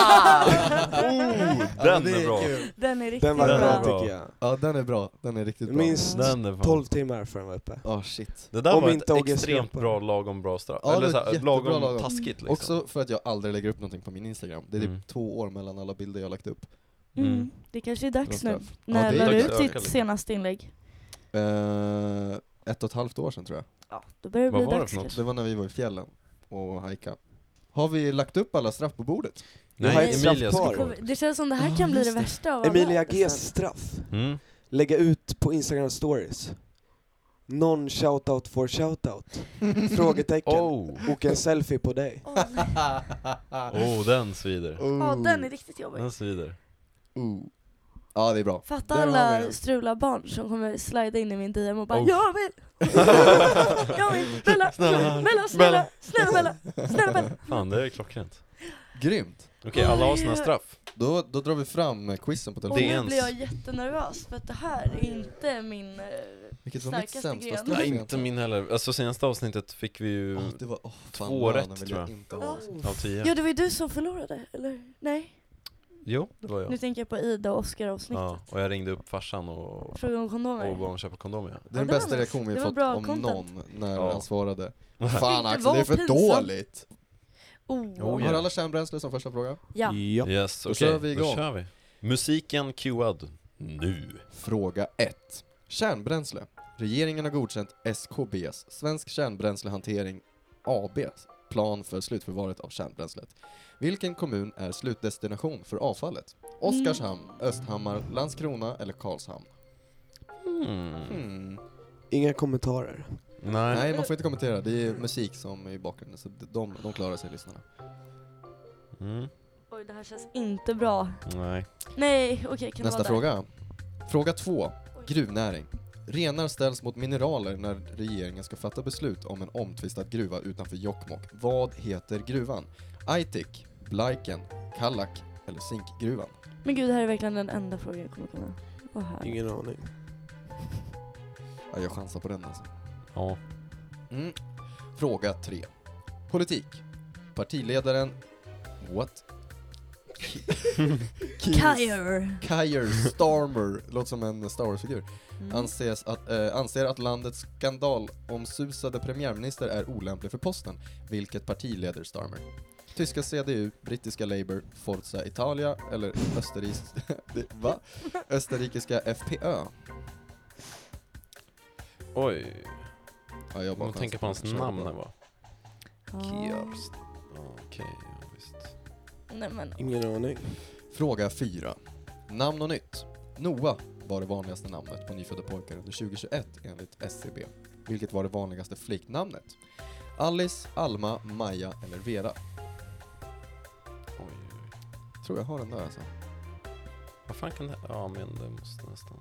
den är bra. Den är riktigt Den var Den bra är bra. tycker jag. Ja, den är bra. Den är riktigt bra. Minst Den är fan. tolv timmar för den var uppe. Ja, shit. Det där Om var inte ett Ogge extremt skapar. bra, lagom bra straff. Ja, Eller det var såhär, jättebra lagom lagom. taskigt liksom. Också för att jag aldrig lägger upp någonting på min Instagram. Det är typ Mm. två år mellan alla bilder jag har lagt upp. Mm. Mm. Det kanske är dags nu. Bra straff. Ja, När det är la du dags ut att ditt öka lite. senaste inlägg? Eh, ett och ett halvt år sedan tror jag. Ja, då börjar det Vad bli var det dags för något? kanske. Det var när vi var i fjällen och hajka. Har vi lagt upp alla straff på bordet? Jag har Nej, ett Emilia straff ska kvar. få. Det känns som det här Ja, kan bli det just det. värsta av alla. Emilia nästan. G's straff. Mm. Lägga ut på Instagram stories. Non shoutout for shoutout. Frågetecken. Oh, Och en selfie på dig. Åh, nej. oh, den svider. Ja, den är riktigt jobbig. Den svider. Oh. Ja, det är bra. Fatta Där har vi alla den. strula barn som kommer slida in i min D M och bara Oh. jag vill! jag vill! Bella! Snälla. Bella! Snälla! Snälla Bella! Snälla Bella! Fan, det är klockrent. Grymt. Okej, alla har sina straff. Då, då drar vi fram quizen på Och telefonen. Det är nu ens- blir jag jättenervös för att det här är inte min eh, Vilket var mitt starkaste sämsta gren. straff Nej, inte egentligen. min heller. Alltså senaste avsnittet fick vi ju Åh, det var, åh, fan, två lönen rätt, vill tror jag jag. inte ha. Ja. av tio. Ja, det var ju du som förlorade, eller? Nej? Jo, det var Nu jag. tänker jag på Ida och Oscar avsnittet. Ja, och jag ringde upp farsan och, Fråga om kondomer. och bad honom köpa kondomer. Ja. Det är den Ja, det var bästa nice. reaktion vi Det har var fått bra om content. någon när Ja. han svarade. Det Fan var Axel, det är för pinsamt. dåligt! Oh. Oh, Har ja. alla kärnbränsle som första fråga? Ja. Ja. Yes, Då okej, kör vi då igång. kör vi. Musiken cuead nu. Fråga ett. Kärnbränsle. Regeringen har godkänt S K B:s, Svensk Kärnbränslehantering A B:s, plan för slutförvaret av kärnbränslet. Vilken kommun är slutdestination för avfallet? Oskarshamn, Östhammar, Landskrona eller Karlshamn? Hmm. Hmm. Inga kommentarer. Nej. Nej, man får inte kommentera. Det är musik som är i bakgrunden, så de, de klarar sig, lyssnarna. Mm. Oj, det här känns inte bra. Nej. Nej, okej, kan Nästa det vara fråga. Fråga två. Gruvnäring. Renar ställs mot mineraler när regeringen ska fatta beslut om en omtvistad gruva utanför Jokkmokk. Vad heter gruvan? Aitik, Blaiken, Kallak eller Zinkgruvan? där? Men gud, det här är verkligen den enda frågan jag kommer kunna. Vad här? Ingen aning. Ja, jag chansar på den alltså. Ja. Mm. Fråga tre. Politik. Partiledaren... What? Kyer. Keir Starmer, låter som en Star Wars-figur. Mm. Anses att, äh, anser att landets skandalomsusade premiärminister är olämplig för posten. Vilket parti leder Starmer? Tyska C D U, brittiska Labour, Forza Italia eller Österrikis, va? österrikiska F P Ö? Oj. Ja, jag bara Man tänker på hans chansar. namn här, va? Ja. Kiosk. Okej, ja, visst. Nej men, Ingen aning. Fråga fyra. Namn och nytt. Noah var det vanligaste namnet på nyfödda pojkar under tjugohundratjugoett enligt S C B. Vilket var det vanligaste flicknamnet? Alice, Alma, Maja eller Vera? Oj. Tror jag har den där alltså. Vad fan kan det... Ja, men det måste nästan...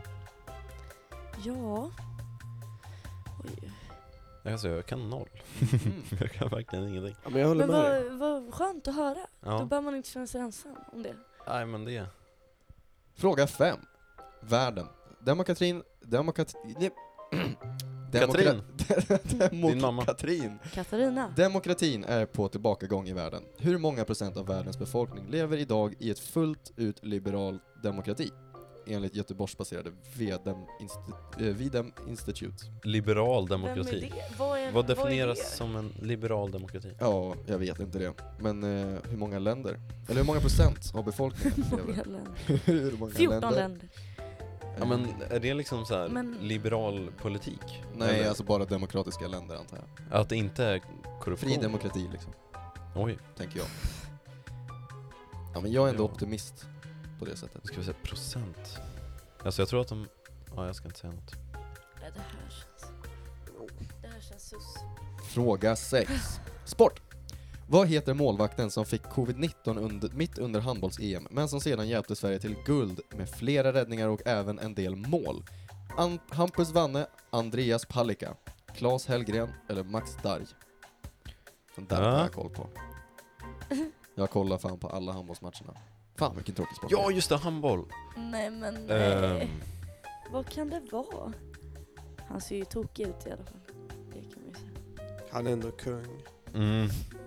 ja. Oj. Alltså, jag kan noll. Mm. Jag kan verkligen ingenting. Ja, men jag håller Men med dig. vad, vad skönt att höra. Då Ja. behöver man inte känna sig ensam om det. Nej, men det... Fråga fem. Världen. Demokratin... Demokrati... Katrin. Demok- Din mamma. Katrin. Katarina. Demokratin är på tillbakagång i världen. Hur många procent av världens befolkning lever idag i ett fullt ut liberal demokrati? Enligt Göteborgsbaserade Vedem Insti- eh, Videm Institute. Liberal Vem är demokrati. det? Vad, är, Vad är definieras det? som en liberal demokrati? Ja, jag vet inte det. Men eh, hur många länder? Eller hur många procent av befolkningen Många lever? länder. Hur många fjorton länder? länder. Ja, men är det liksom så här Men- liberal politik? Nej, Eller alltså bara demokratiska länder antar jag. att det inte är korruption? Fri demokrati liksom, Oj, tänker jag. Ja, men jag är ändå Ja. optimist på det sättet. nu ska vi säga procent. Alltså jag tror att de... Ja, jag ska inte säga något. Nej, det här känns... Det här känns sus. Fråga sex. Sport. Vad heter målvakten som fick covid nitton under, mitt under handbolls-E M, men som sedan hjälpte Sverige till guld med flera räddningar och även en del mål? An- Hampus Wanne, Andreas Palicka, Claes Hellgren eller Max Darj? Den där Ja. har jag koll på. Jag kollar fan på alla handbollsmatcherna. Fan vilken tråkig sport. Ja, just det, handboll! Nej men nej. Ehm, Vad kan det vara? Han ser ju tokig ut i alla fall. Det kan man ju säga. Han är ändå kung. mm.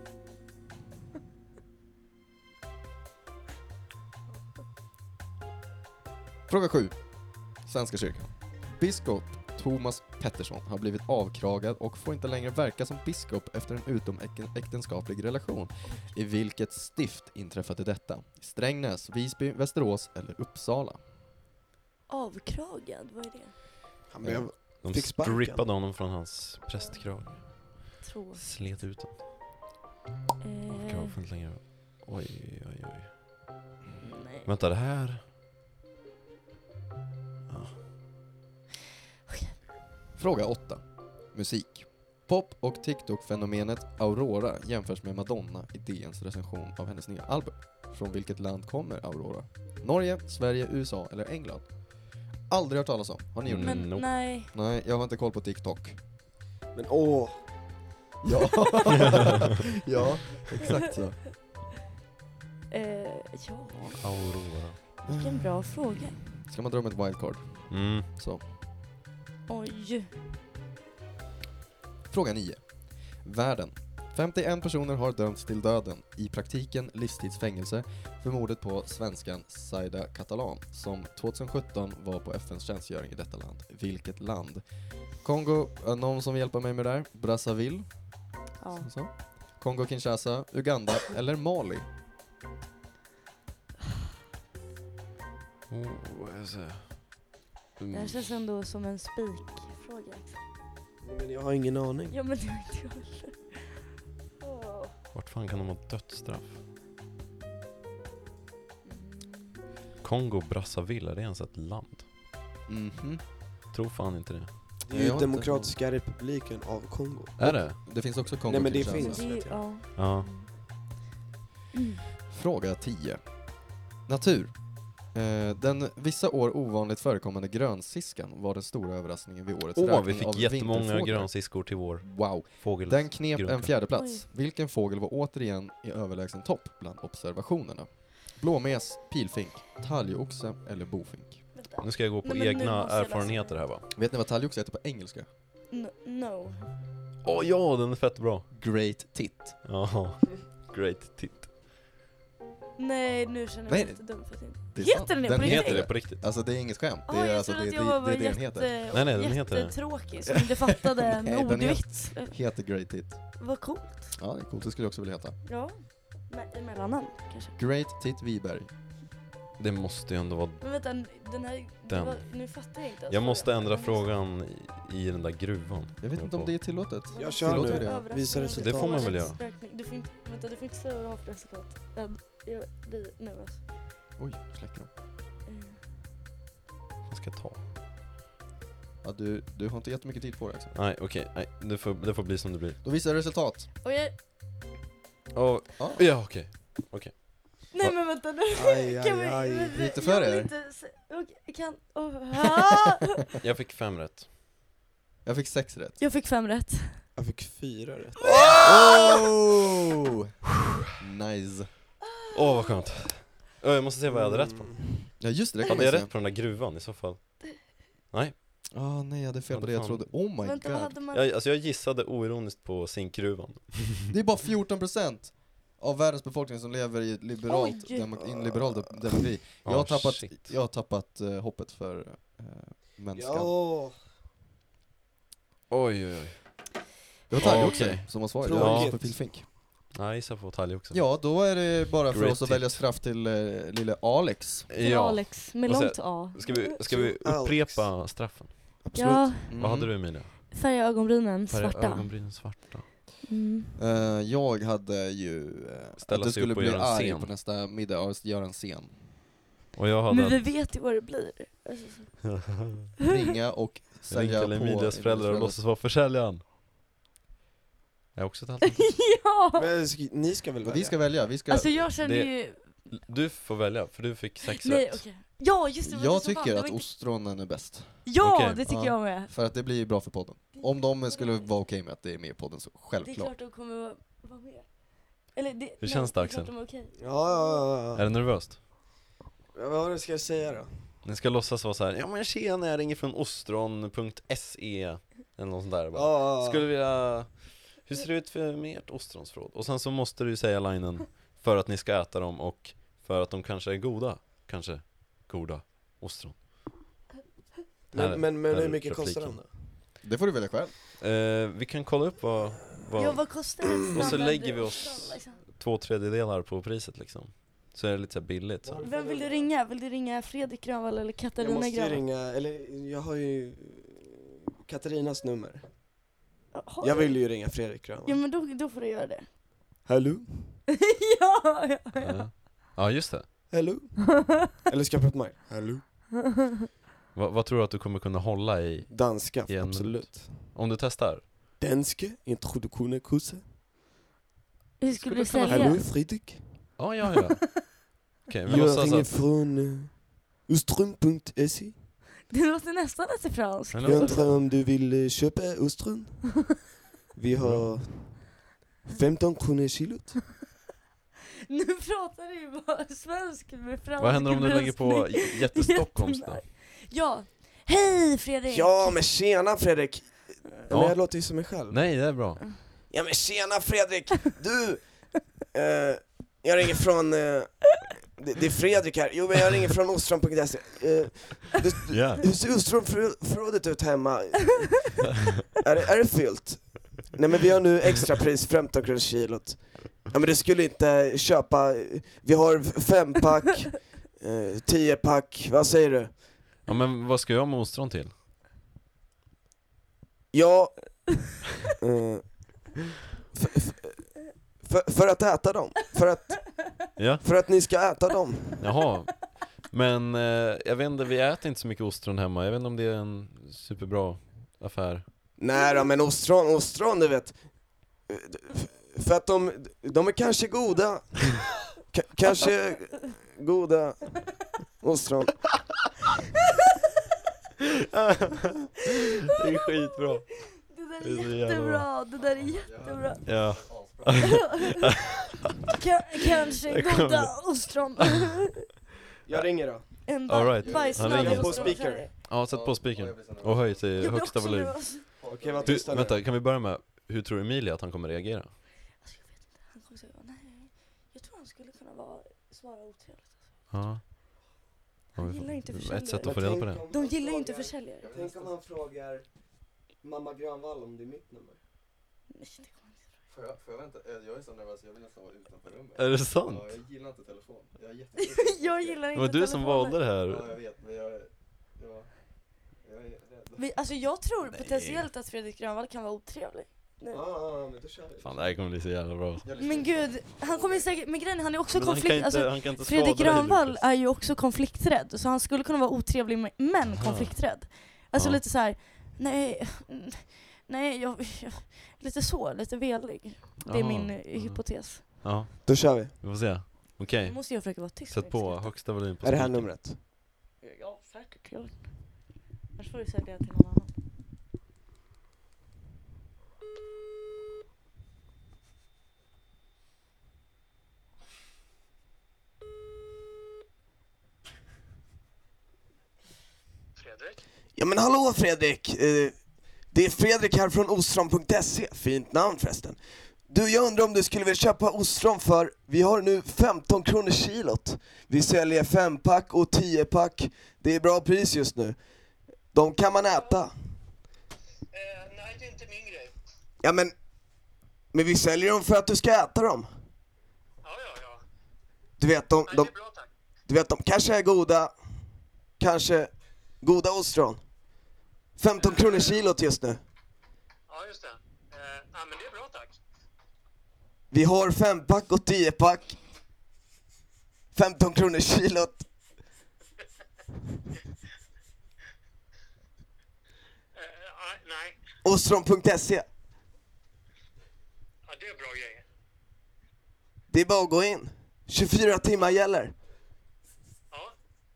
Fråga sju. Svenska kyrkan. Biskop Thomas Pettersson har blivit avkragad och får inte längre verka som biskop efter en utomäktenskaplig relation. I vilket stift inträffade detta? Strängnäs, Visby, Västerås eller Uppsala? Avkragad, vad är det? Han blev... De Fick sparken. strippade honom från hans prästkrag. Tråkigt. Slet ut den. Eh, Krav får inte längre... Oj, oj, oj. nej. Vänta, det här... Ja. Fråga åtta. Musik. Pop- och TikTok-fenomenet Aurora jämförs med Madonna i D N:s recension av hennes nya album. Från vilket land kommer Aurora? Norge, Sverige, U S A eller England? Aldrig hört talas om. Har ni gjort det? Mm. Men Nope. nej. Nej, jag har inte koll på TikTok. Men åh! Ja, ja, exakt så. Eh, ja, Aurora. vilken bra fråga. Ska man dra om ett wildcard? Mm. Så. Oj. Fråga nio. Världen. femtioen personer har dömts till döden, i praktiken livstidsfängelse, för mordet på svenskan Zaida Catalan, som tjugohundrasjutton var på F N:s tjänstgöring i detta land. Vilket land? Kongo, äh, någon som vill hjälpa mig med det där? Brazzaville? Ja. Så. Kongo-Kinshasa, Uganda eller Mali? Oh, jag ser. Det här känns ändå som en spikfråga. Men jag har ingen aning. Ja men det är inte jag heller. Åh. Vart fan kan de ha dödsstraff? Mm. Kongo, Brazzaville, är det ens ett land? Mhm. Tror fan inte det. Det är ju Demokratiska republiken av Kongo. Är det? Det finns också Kongo. Nej, men det Kinshasa. finns. Det är ju, vet jag. ja. Ja. Mm. Fråga tio. Natur. Eh, den vissa år ovanligt förekommande grönsiskan var den stora överraskningen vid årets Åh, räkning vi fick av jättemånga vinterfåglar. grönsiskor till vår Wow. fågel. Den knep en grunka. fjärde Oj. plats. Vilken fågel var återigen i överlägsen topp bland observationerna? Blåmes, pilfink, talgoxe eller bofink? Vänta. Nu ska jag gå på Nej, men nu egna måste jag läsa. erfarenheter här va? Vet ni vad talgoxe heter på engelska? N- no. Åh ja, den är fett bra. Great tit. Ja, great titt. Nej, nu känner jag Nej, mig lite dum för att jag inte... Det är Heter sant. den det Den på Heter riktigt? det på riktigt? Alltså det är inget skämt. Det Ja, är, jag alltså, trodde det, att det, jag var det är det den heter. jätte, Nej, nej, den heter det. jättetråkig som inte fattade en Nej, den ordvits. Heter Great tit. Vad coolt. Ja, det är coolt. Det skulle jag också vilja heta. Ja, Me- mellannamn kanske. Great tit Wiberg. Det måste ju ändå vara... Men vänta, den här... det Den. Var, nu fattar jag inte. Jag måste ändra Den- frågan i, i den där gruvan. Jag vet inte om det är tillåtet. Jag kör Tillåter nu. vi det? Överraskning. Visa resultat. Det får man väl göra. Du får inte, vänta, du får inte säga vad du har för resultat. Jag, jag blir nervös. Oj, släcker de. Mm. Vad ska jag ta? Ja, du, du har inte jättemycket tid på dig Axel. Nej, okej. Nej, det får, det får bli som det blir. Då visar jag resultat. Och jag, Oh, Ja. ja, okej. nej Va? men vänta nu. Aj, Kan aj, vi- aj. men- Lite jag för vill er. inte se- okej, kan... Oh, ah! Jag fick fem rätt. Jag fick sex rätt. Jag fick fem rätt. Jag fick fyra rätt. Oh! Nice. Åh, vad skönt. Ö, jag måste se vad jag hade rätt på. Ja just det, det kan Hade man jag ju rätt på den där gruvan i så fall? Nej. Ah, nej, jag hade fel på Vad det jag fan. trodde. Oh my Vänta, vad god. hade man... Jag, alltså jag gissade oironiskt på zinkgruvan. Det är bara fjorton procent av världens befolkning som lever i, ett liberalt Oj. demo- i en liberal de- demokrati. Jag har Oh, tappat, shit. jag har tappat uh, hoppet för uh, människan. Ja. Oj, oj, oj. Det var Tage Ja, också okej. som var svaret. Tråkigt. Jag var på Pilfink. Nej, jag gissar på talg också. Ja, då är det bara för Great oss att tip. välja straff till uh, lille Alex. Till Ja. Alex, med Och så- långt A. Ska vi, ska vi Alex. upprepa straffen? Absolut. Ja, Mm. Vad hade du, Emilia? färga ögonbrynen Färga svarta. ögonbrynen svarta. Mm. Eh, jag hade ju uh, Ställa att du sig skulle upp och bli göra en arg scen. på nästa middag och göra en scen. Och jag hade Men vi att vet ju vad det blir. Alltså, så- Ringa och ringa sälja till på Emilias föräldrar och låtsas vara försäljaren. Är också ett alternativ. ja! Men sk- ni ska väl välja? Vi ska välja, vi ska... Alltså jag känner Det- ju... Du får välja, för du fick sex Nej, rätt. okej. Ja, just det. var jag det som fan, tycker det att var inte- ostronen är bäst. Ja, Okej. det tycker Ja. jag med. För att det blir bra för podden. Om de skulle vara okej med att det är med i podden så Det är självklart. klart de kommer vara, vara med. Eller det, Hur känns det, är Axel? klart de är okej. Ja, ja, ja, Är det nervöst? ja. Vad var det ska jag säga då? Ni ska låtsas vara så här. Ja men tjena, jag ringer från ostron punkt se eller något sånt där bara. Ja, Skulle vilja... Hur ser det ut för med ert ostronsförråd? Och sen så måste du säga linen för att ni ska äta dem och för att de kanske är goda. Kanske goda ostron. Här- Men, men, men här hur är mycket repliken. kostar de då? Det får du välja själv. Eh, vi kan kolla upp vad, vad Ja, vad kostar en och så standard lägger vi oss ostron, liksom? två tredjedelar på priset liksom. Så är det lite så här billigt så. Vem vill du ringa? Vill du ringa Fredrik Granvall eller Jag Katarina måste ju Granvall? ringa, eller jag har ju Katarinas nummer. Har Jag du? vill ju ringa Fredrik Ja Granvall. men då, då får du göra det. Hallå? ja, ja, ja. Ja, ja just det. Hallå? Eller ska jag prata med mig? Hallå? Va, vad tror du att du kommer kunna hålla i Danska, I en absolut. om du testar? Danske, introduktionskurser. Hur skulle Skulle du kunna- sälja? Hallå Fredrik? Ja, ja, ja. Okej, men Jag låtsas ringer att... från uh, ostron punkt se. Det låter nästan lite franskt. Men Jag låt- undrar om du vill uh, köpa ostron? Vi har femton kronor kilot. Nu pratar du ju bara svensk med fransk Vad händer om du lägger på röstning. jättestockholmska? Jättenice. Ja. Hej Fredrik! Ja men tjena Fredrik! Ja. Ja. Men jag låter ju som mig själv. Nej, det är bra. Ja men tjena Fredrik! Du! Eh, jag ringer från... Eh, det, det är Fredrik här. Jo men jag ringer från ostron punkt se. Eh, du- Ja. hur ser ostronförrådet ut hemma? är, det, är det fyllt? Nej men vi har nu extra pris femton kronor kilot. Ja men du skulle inte köpa... Vi har fempack, eh, tiopack, vad säger du? Ja, men vad ska jag med ostron till? Ja... Eh, för, för, för att äta dem. För att, Ja, för att ni ska äta dem. jaha. Men eh, jag vet inte, vi äter inte så mycket ostron hemma. Jag vet inte om det är en superbra affär? Nej då, men ostron, ostron du vet. För att de, de är kanske goda. K- kanske goda ostron. Det är skitbra. Det där Det är så är jävla jättebra, det där är jättebra. Ja. Ka- kanske Det kommer goda bli- ostron. Jag ringer då. En All right. baj- bajsnödig Han ringer. På ostron. speaker. Ja, sätt på speakern. Och höj till Jag blir högsta också volym. nervös. Okej, vad Du, tysta nu. vänta, kan vi börja med, hur tror Emilia att han kommer reagera? Alltså, jag vet inte, han kommer säga nej. Jag tror han skulle kunna vara, svara otrevligt. Ja. Han gillar inte Ett försäljare. sätt att få reda på det. De gillar ju inte försäljare. Tänk om han frågar mamma Granvall om det är mitt nummer. Nej, det kommer inte. Får jag, får jag vänta? Jag är så nervös, jag vill nästan vara utanför rummet. Är det sant? Ja, jag gillar inte telefon. Jag är jätte- Jag gillar Det inte var du som telefoner. valde det här. Ja, jag vet, men jag är... Ja, jag är rädd. Vi, alltså jag tror Nej. potentiellt att Fredrik Grönvall kan vara otrevlig. Nu. Ja, ja, men då kör vi. Fan, det här kommer bli så jävla bra. Jag lyssnar Men inte. gud, han kommer säkert, men grejen är, han är också Men han kan konflikt, inte, alltså han kan inte Fredrik skada dig, Grönvall Lukas. är ju också konflikträdd, så han skulle kunna vara otrevlig men- men Aha. konflikträdd. Alltså Ja. lite så här: nej, nej, jag, jag, lite så, lite velig. Det är Jaha. min eh, Mm. hypotes. Ja, Då kör vi. vi får se. Okej, Nu måste jag försöka vara tyst. sätt när jag på skrattar. högsta volym på Är det här speakern. numret? Ja, säkert. Jag... Annars får du sälja till någon annan. Fredrik? Ja men hallå Fredrik! Eh, det är Fredrik här från ostron punkt se, fint namn förresten. Du, jag undrar om du skulle vilja köpa ostron för, vi har nu femton kronor kilot. Vi säljer fempack och tiopack, det är bra pris just nu. De kan man äta. Eh, nej, det är inte min grej. Ja men, men vi säljer dem för att du ska äta dem. Ja, ja, ja. Du vet, de, Nej, de, det är bra tack. du vet, de kanske är goda, kanske goda ostron. femton kronor kilot just nu. Ja, just det. Eh, nej, men det är bra tack. Vi har fempack och tiopack. femton kronor kilot. Eh, nej, nej. ostron punkt se. Ja, det är bra grejer. Det är bara att gå in. tjugofyra timmar gäller. Ja,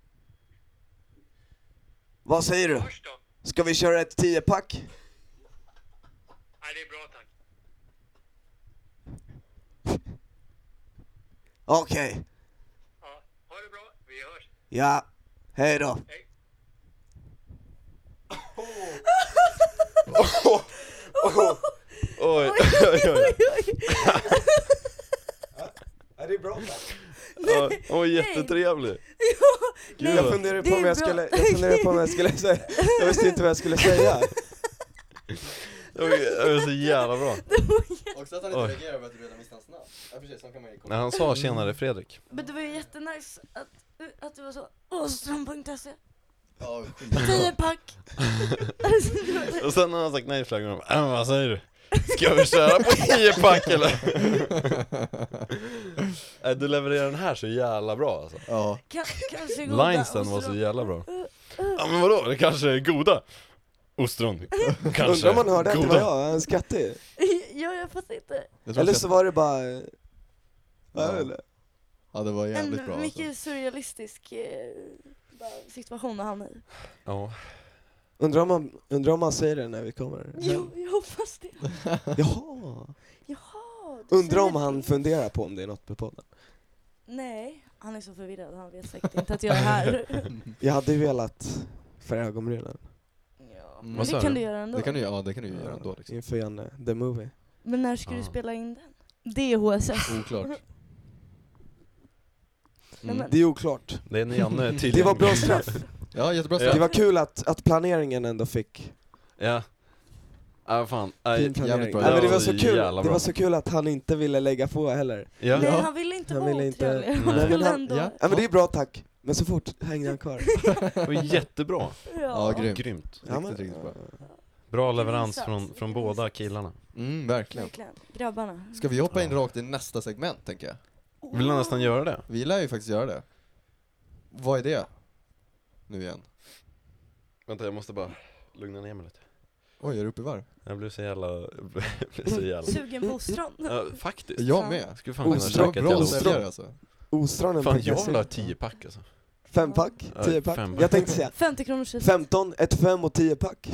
Vad säger du? hörs då. Ska vi köra ett tiopack? Nej, det är bra tack. Okej. Ja, ha det bra. Vi hörs. Ja. Hej då. Hej. Oj, oj, oj. Är det bra tack? Ja, Oj, jättetrevlig. Gud, Jag vad- funderade Det på är om jag bra. skulle, jag funderade på om jag skulle säga, jag visste inte vad jag skulle säga. det var, det var så jävla bra. Också att han inte Oj. reagerar över att du redan visste hans namn. Ja precis, så kan man ju komma. När han sa tjenare Fredrik. Men det var ju jättenice att, att det var så, ostron punkt se, Ja, tio pack. Och sen har han sagt nej flera gånger. Äh, vad säger du? Ska vi köra på tio pack eller? äh, du levererar den här så jävla bra alltså. Ja. Ka- kanske goda Linesen var så ostron. jävla bra. Ja men vadå, det kanske är goda ostron. Kanske Undrar om man hörde att det var goda. jag, han skrattade ju. Ja, jag fattar inte. Jag tror Eller att så var det bara... Ja. Ja. Eller? Ja, det var jävligt En bra mycket alltså. surrealistisk eh, bara situation att hamna i. Ja. Undrar om, man, undrar om man säger det när vi kommer. Jo, jag hoppas det. Jaha. Jaha. du Undrar om säger han det. funderar på om det är något på podden. Nej, han är så förvirrad. Han vet säkert inte att jag är här. Jag hade ju velat för ögonbrynen Ja. Mm. Men Vad det sa kan du? du göra ändå. Det kan du, ja, det kan du ju göra ändå liksom. inför Janne, the movie. Men när ska du Ja. spela in den? Det är H S S. Oklart. Nej, men- Det är oklart. Det är när Janne är tillgänglig. Det var bra straff. Ja, jättebra Ja. straff. Det var kul att, att planeringen ändå fick Ja. Ja fan. Aj, fin planering. jävligt bra. Nej, men det Ja, var så det är kul, jävla det bra. var så kul att han inte ville lägga på heller. Ja. Nej, Ja. han ville inte Han vara ville inte- otrevlig. Han Nej, men ville han- ändå... ja. Ja men det är bra tack, men så fort hängde han kvar. Det var jättebra. Ja, grymt. Grymt. Ja, men, Riktigt, riktigt bra. Bra leverans insats, från, vilken från båda insats. killarna. Mm, verkligen. Verkligen. Grabbarna. Ska vi hoppa in rakt i nästa segment, tänker jag? Vill du nästan göra det? Vi lär ju faktiskt göra det. Vad är det? Nu igen. Vänta, jag måste bara lugna ner mig lite. Oj, är du uppe i varv? Jag blev så jävla... jag blev så jävla... Sugen på ostron. Ja, faktiskt. Jag med. Skulle fan kunna Ostron, käka ett bra jävla säljare ostron. alltså. Ostronen Fan, på jag Kessing. vill ha tio pack alltså. Fem pack? Ja, Tio pack? fem pack. Jag tänkte säga femtio kronor kyss. femton, ett fem och tio pack.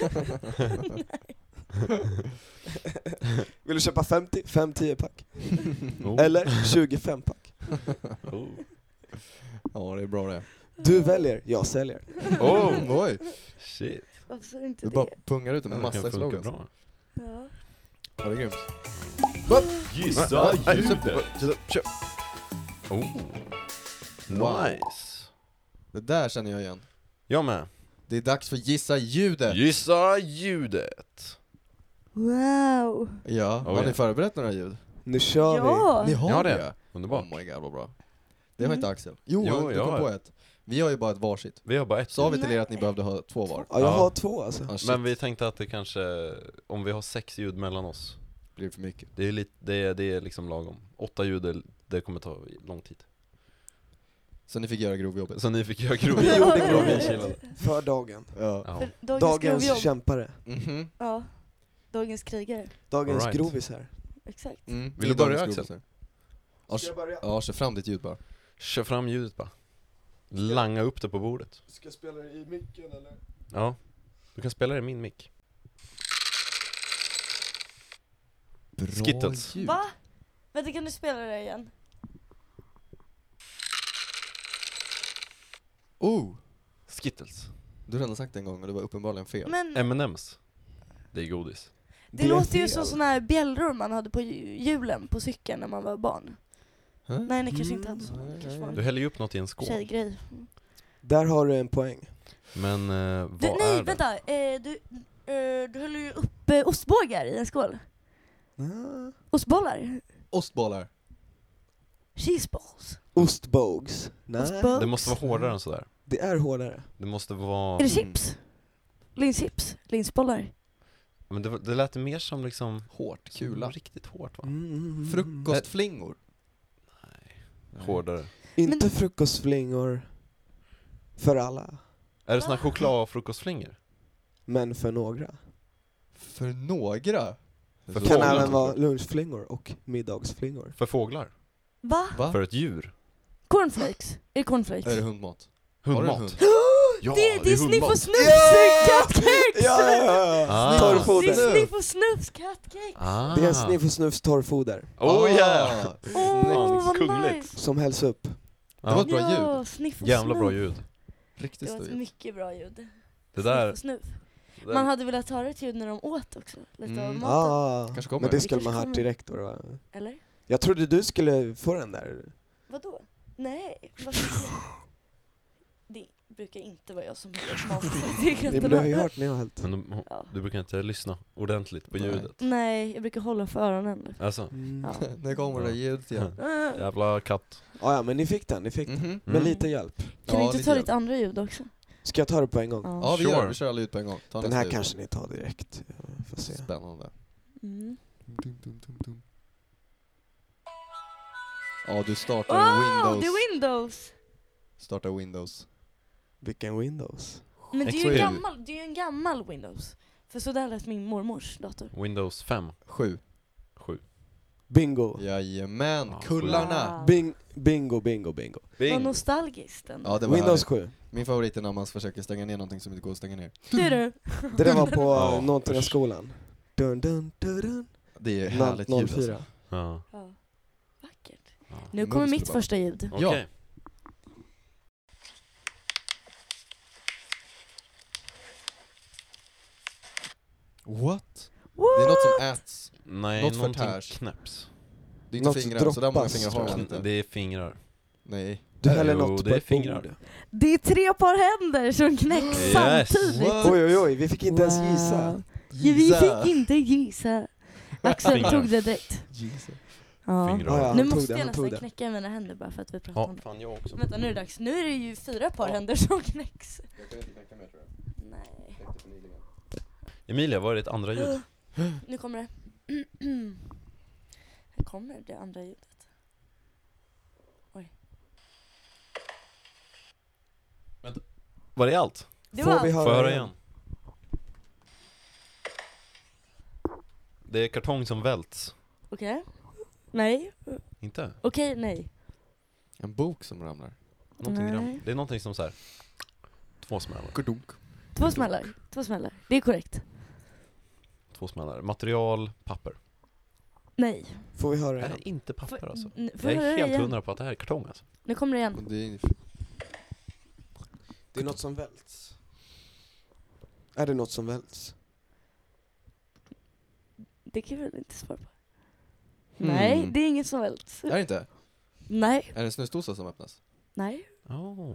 Vill du köpa femtio? Fem tio pack. Oh. Eller tjugofem pack. Oh. Ja, det är bra det. Du väljer, jag säljer. Oh. Oj, Shit. Varför sa du inte du det? bara pungar ut en Det massa kan funka slogans. bra. Ja. Ja, det är grymt. Gissa ljudet. Köp. Oh. Wow. Nice. Det där känner jag igen. Jag med. Det är dags för Gissa ljudet. Gissa ljudet. Wow. Ja, Oh, har yeah. ni förberett några ljud? Nu kör vi. Ja. Ni har Ja, det. det? Underbart. Oh my god, vad bra. Det har Mm. inte Axel. Jo, Jo, du jag kom har. på ett. Vi har ju bara ett varsitt. Vi har bara ett. Sa vi till er att ni Nej. behövde ha två var? Ja, jag Ja. har två alltså. Ah, shit. Men vi tänkte att det kanske, om vi har sex ljud mellan oss, Blir det för mycket? det är, lite, det är, det är liksom lagom. Åtta ljud, det- det kommer ta lång tid. Så ni fick göra grovjobbet? Så ni fick göra grov. Vi gjorde Ja, grov. jag vi vet. chillade. För dagen. Ja. Ja. För dagens, Dagens grovjobb. kämpare. Mhm. Ja. Dagens krigare. Dagens All right. grovis här. Exakt. Mm. Vill du Det är börja, dagens Axel? grovisar. Ja, Ska jag börja? ja, kör fram ditt ljud bara. Kör fram ljudet bara. Langa upp det på bordet. Ska jag spela det i micken eller? Ja. Du kan spela det i min mick. Bra Skittles. ljud. Va? Vänta, kan du spela det igen? Oh! Skittles. Du har redan sagt det en gång och det var uppenbarligen fel. Men M and M's. Det är godis. det, är låter ju fel. som såna här bjällror man hade på ju- hjulen på cykeln när man var barn. Huh? Nej, ni kanske inte hade så. Mm, Det kanske var Du en häller ju upp något i en skål. tjejgrej. Där har du en poäng. Men eh, vad Du, är nej, det? vänta. Eh, du, eh, du höll ju upp eh, ostbågar i en skål. Ah. Ostbollar. Ostbollar. Cheeseballs. Ostbogs. Nej, Ostbågs. Det måste vara hårdare än sådär. det är hårdare. Det måste vara... Är det chips? Linschips? Linsbollar? Men det, det lät mer som liksom... Hårt. Som Kula. riktigt hårt va? Mm. Frukostflingor. Nej. Hårdare. Inte Men- frukostflingor för alla, Är det såna här chokladfrukostflingor? men för några. För några. För Kan fåglar. även vara lunchflingor och middagsflingor. För fåglar? Va? Va? För ett djur? Cornflakes? Är det cornflakes? Är det hundmat? Har du en Hundmat? hund? Ja, det, det är sniff hundmat. och snufs Ja! cupcakes! Ja, ja, ja, ja. Ah. Det Torrfoder. är sniff och snufs cupcakes! Ah. Det är en sniff och snufs torrfoder Oh yeah! Ah, Åh, vad kungligt. nice! som hälls upp. Det var ett bra Ja, ljud. sniff och Jävla bra snuff. ljud. Riktigt Det var ett stor ljud. mycket bra ljud. Det där... Sniff och snuff. det Man där hade velat höra ett ljud när de åt också. Lite Mm. av maten. Ah, Kanske kommer. men det Det skulle man kanske ha kommer. direkt då, va? Eller? Jag trodde du skulle få den där. Vadå? Nej. Varför? Det brukar inte vara jag som hör mat. Det kan Nej, inte men du har ju vara. hört när jag har hällt. Men de, Ja. du brukar inte lyssna ordentligt på Nej. ljudet. Nej, jag brukar hålla för öronen. Alltså, Mm. Ja. När kommer det där ljudet igen? Äh, jävla katt. Ah, ja, men ni fick den, ni fick den. Mhm. Med Mm. lite hjälp. Kan Ja, vi inte lite ta hjälp. lite andra ljud också? Ska jag ta det på en gång? Ja. Ja, vi Sure. gör det. Vi kör alla ljud på en gång. Ta Den nästa här ljud. kanske ni tar direkt. Jag får se. Spännande. Mm. Dum, dum, dum, dum. Ja, du startar Wow, Windows. det är Windows! Startar Windows. Vilken Windows. Men det är ju X P. en gammal, det är ju en gammal Windows. För så där lät min mormors dator. Windows fem, Sju. sju. Bingo. Jajamän, Ja, kullarna. Wow. Bing, bingo, bingo, bingo. Vad nostalgiskt ändå. Ja, det var Windows härligt. sju. Min favorit är när man försöker stänga ner någonting som inte går att stänga ner. Det är du. Det där var på Ja, ja, någonting av usch. skolan. Dun, dun, dun, dun. Det är härligt noll ljud fyra. alltså. Ja. Ja. Vackert. Ja. Nu kommer Mums mitt det bara. första ljud. Okej. Ja. What? Det är något som äts. Nej, Något någonting förtärs. knäpps. Det är inte Något fingrar, så där många droppas, fingrar har tror man jag. inte. Det är fingrar. Nej. Du häller Jo, något det på är ett fingrar. bord. Det är tre par händer som knäcks Yes. samtidigt. What? Oj, oj, oj, vi fick inte ens gissa. Wow. Ja, vi fick inte gissa. Axel Fingrar. tog det direkt. Jesus. Ja. Fingrar. Ja, ja. Nu han tog måste det, jag han tog nästan det. knäcka mina händer bara för att vi pratar Ja, om det. fan jag också. Vänta, nu är det dags. Nu är det ju fyra par händer som knäcks. Jag kan inte knäcka mer tror jag. Nej. Knäckte för nyligen. Emilia, vad är ditt andra ljud? Nu kommer det. Här kommer det andra ljudet. Var det allt? Det Får var vi allt. Får jag höra igen? igen? Det är kartong som välts. Okej. Nej. Inte? Okej, nej. En bok som ramlar. Någonting Nej. ram- Det är någonting som så här. Två smällar. Kordunk. Två smällar. Två smällar. Det är korrekt. Två smällar. Material, papper. Nej. Får vi höra Det igen? här är inte papper Får- alltså. n- får Jag jag höra är det helt igen? hundra på att det här är kartong alltså. Nu kommer det igen. Och det är Det är något som välts. Är det något som välts? Det kan jag väl inte svara på. Hmm. Nej, det är inget som välts. Är det inte? Nej. Är det en snusdosa som öppnas? Nej. Oh.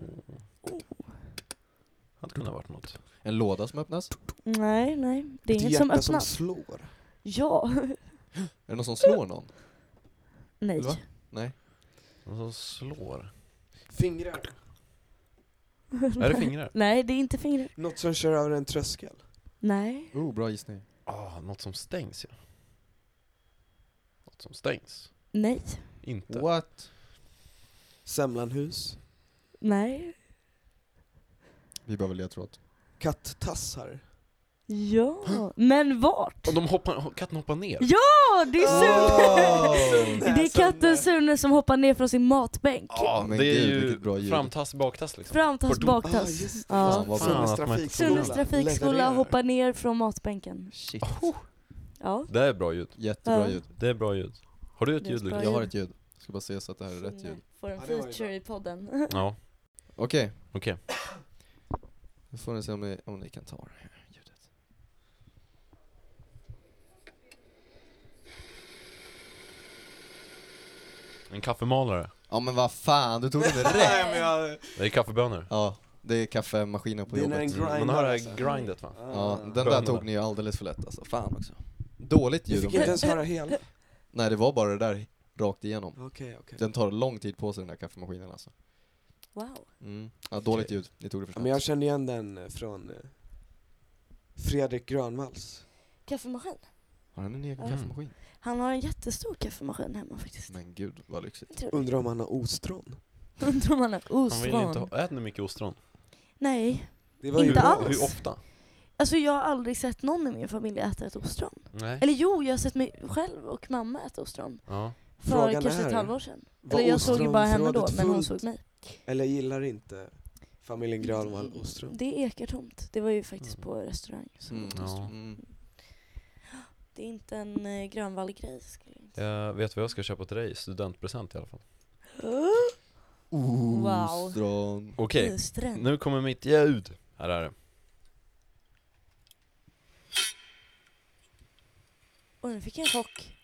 Hade kunnat varit något. En låda som öppnas? Nej, nej. Det är Ett inget som hjärta som öppnas. slår. Ja. Är det någon som slår någon? Nej. Eller va? Nej. Någon som slår. Fingrar. Är det fingrar? Nej, det är inte fingrar. Något som kör över en tröskel. Nej. Oh, bra gissning. Ah, något som stängs ja. Något som stängs. Nej. Inte. What? Semlanhus. Nej. Vi behöver ledtråd. Kattassar. Ja. Men vart? Och de hoppar, katten hoppar ner. Ja, det är Sune! Oh! Det är katten Sune som hoppar ner från sin matbänk. Ja, Men det är gud, vilket bra ju ljud. framtass, baktass liksom. Framtass, Pardon. Ah, baktass. just det. Ja. Fan, vad bra. Fan, Sunnes att man- trafikskola. Sunnes trafikskola levererar. hoppar ner från matbänken. Shit. Ja. Det är bra ljud. Jättebra Ja. ljud. Det är bra ljud. Har du ett Det är ljud bra Lukas? Jag har ett ljud. Jag ska bara se så att det här är rätt ljud. Får en Ja, det var ju feature bra. i podden. Ja, Okej. okej. Nu får ni se om ni, om ni kan ta det här ljudet. En kaffemalare. Ja men vad fan, du tog det Nej, rätt! men jag... Det är kaffebönor. Ja, det är kaffemaskinen på Det är när jobbet. en grind- Man har det alltså. här grindet va? Ja, den där Bönorna. tog ni ju alldeles för lätt alltså. Fan också. Dåligt Jag ljud. fick inte ens höra hela. Nej, det var bara det där rakt igenom. Okej, okej. Den tar lång tid på sig den där kaffemaskinen alltså. Wow. Mm. Ja, dåligt ljud. Ni tog det för Ja, men jag snabbt. kände igen den eh, från eh, Fredrik Grönvalls. Kaffemaskin. Har han en egen Mm. kaffemaskin? Han har en jättestor kaffemaskin hemma faktiskt. Men gud, vad lyxigt. Trevligt. Undrar om han har ostron. Undrar om han har Han vill inte ostron. ha, äter ni mycket ostron? Nej. Det var ju Inte bra. alls. Hur ofta? Alltså jag har aldrig sett någon i min familj äta ett ostron. Nej. Eller jo, jag har sett mig själv och mamma äta ostron. Ja. För Frågan kanske är, ett halvår sedan. var Eller jag såg ju bara henne då, ostronförrådet men hon fullt? såg mig. Eller gillar inte familjen Grönvall ostron? Det är ekartomt. Det var ju faktiskt på restaurang. Så. Mm. Ja. Mm. Det är inte en eh, Grönvall-grej skulle jag inte säga. Jag vet vad jag ska köpa till dig, studentpresent i alla fall. Oh, Wow. Ostron. Okej, Istränd. nu kommer mitt ljud. Här är det. Och nu fick jag en chock.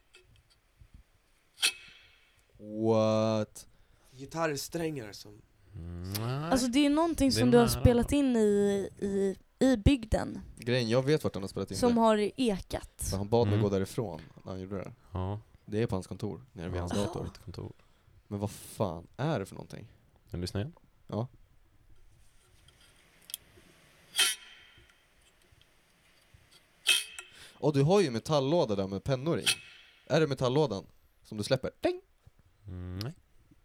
What? Gitarrsträngar som... Mm, nej. Alltså det är ju någonting Det är som du har nära. spelat in i, i, i bygden. Grejen, jag vet vart han har spelat in Som det. har ekat. Så han bad mig Mm. gå därifrån när han gjorde det. Ja, Det är på hans kontor, nere vid hans ja. dator. Ett kontor. Men vad fan är det för någonting? Vill du lyssna igen? Ja. Och du har ju metalllåda där med pennor i. Är det metalllådan som du släpper? Ding! Mm, nej.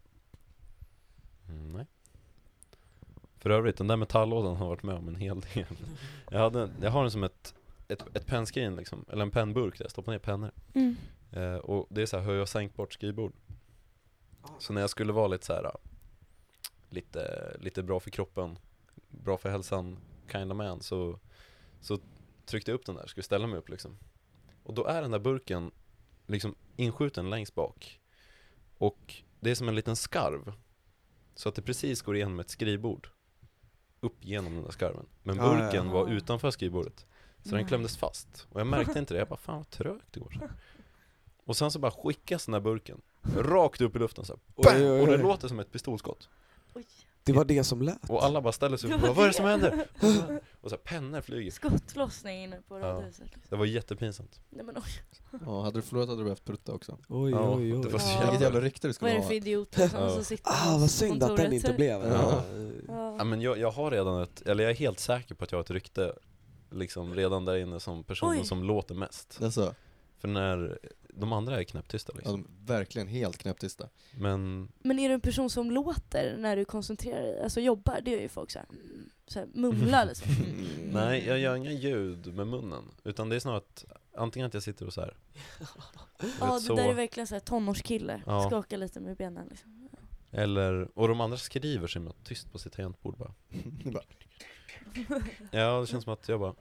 Mm, nej. För övrigt, den där metalllådan har varit med om en hel del. Jag, hade, jag har den som ett, ett, ett pennskrin liksom, eller en pennburk där jag stoppar ner pennor. Mm. Eh, och det är så här höj- och sänkbart skrivbord. Så när jag skulle vara lite så här lite, lite bra för kroppen, bra för hälsan, kinda man, så, så tryckte jag upp den där, skulle ställa mig upp liksom. Och då är den där burken liksom inskjuten längst bak. Och det är som en liten skarv. Så att det precis går igenom ett skrivbord. Upp genom den där skarven. Men Ja, ja, burken ja. var utanför skrivbordet. Så den Nej. klämdes fast. Och jag märkte inte det. Jag bara, fan vad trögt det går så här. Och sen så bara skickas den där burken rakt upp i luften så här. Oj, oj, oj. Och det låter som ett pistolskott. Oj. Det var det som lät. Och alla bara ställer sig upp och Det bara, var vad är det som det. händer? Och så här, pennor flyger. Skottlossning inne på radhuset. Det var jättepinsamt. Nej men oj. Ja, hade du förlorat hade du behövt prutta också. Oj, Ja, oj, oj. det var så Ja. jävla... Vilket jävla rykte du Vad skulle är det ha. för idioter som Ja. så sitter Ah, på vad synd att den kontoret? inte blev. Ja. Ja, Ja. men jag, jag har redan ett, eller jag är helt säker på att jag har ett rykte liksom redan där inne som personen Oj. som låter mest. Alltså, För när de andra är knäpptysta ja, liksom. de är verkligen helt knäpptysta. Men Men är du en person som låter när du koncentrerar dig? Alltså jobbar, det gör ju folk så här, mm, så här mumlar liksom. nej, jag gör inga ljud med munnen. Utan det är snarare att antingen att jag sitter och så här. Ja, vet, det så, där är verkligen så här tonårskille. Ja. Skaka lite med benen liksom. eller, och de andra skriver sig med tyst på sitt tangentbord bara. Det bara, Ja, det känns som att jag bara...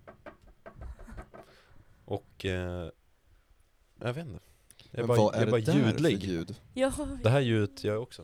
Och... Eh, jag vet inte. Jag är men bara, vad jag är är bara det där ljudlig. för ljud? Ja, Det här ljudet gör jag också.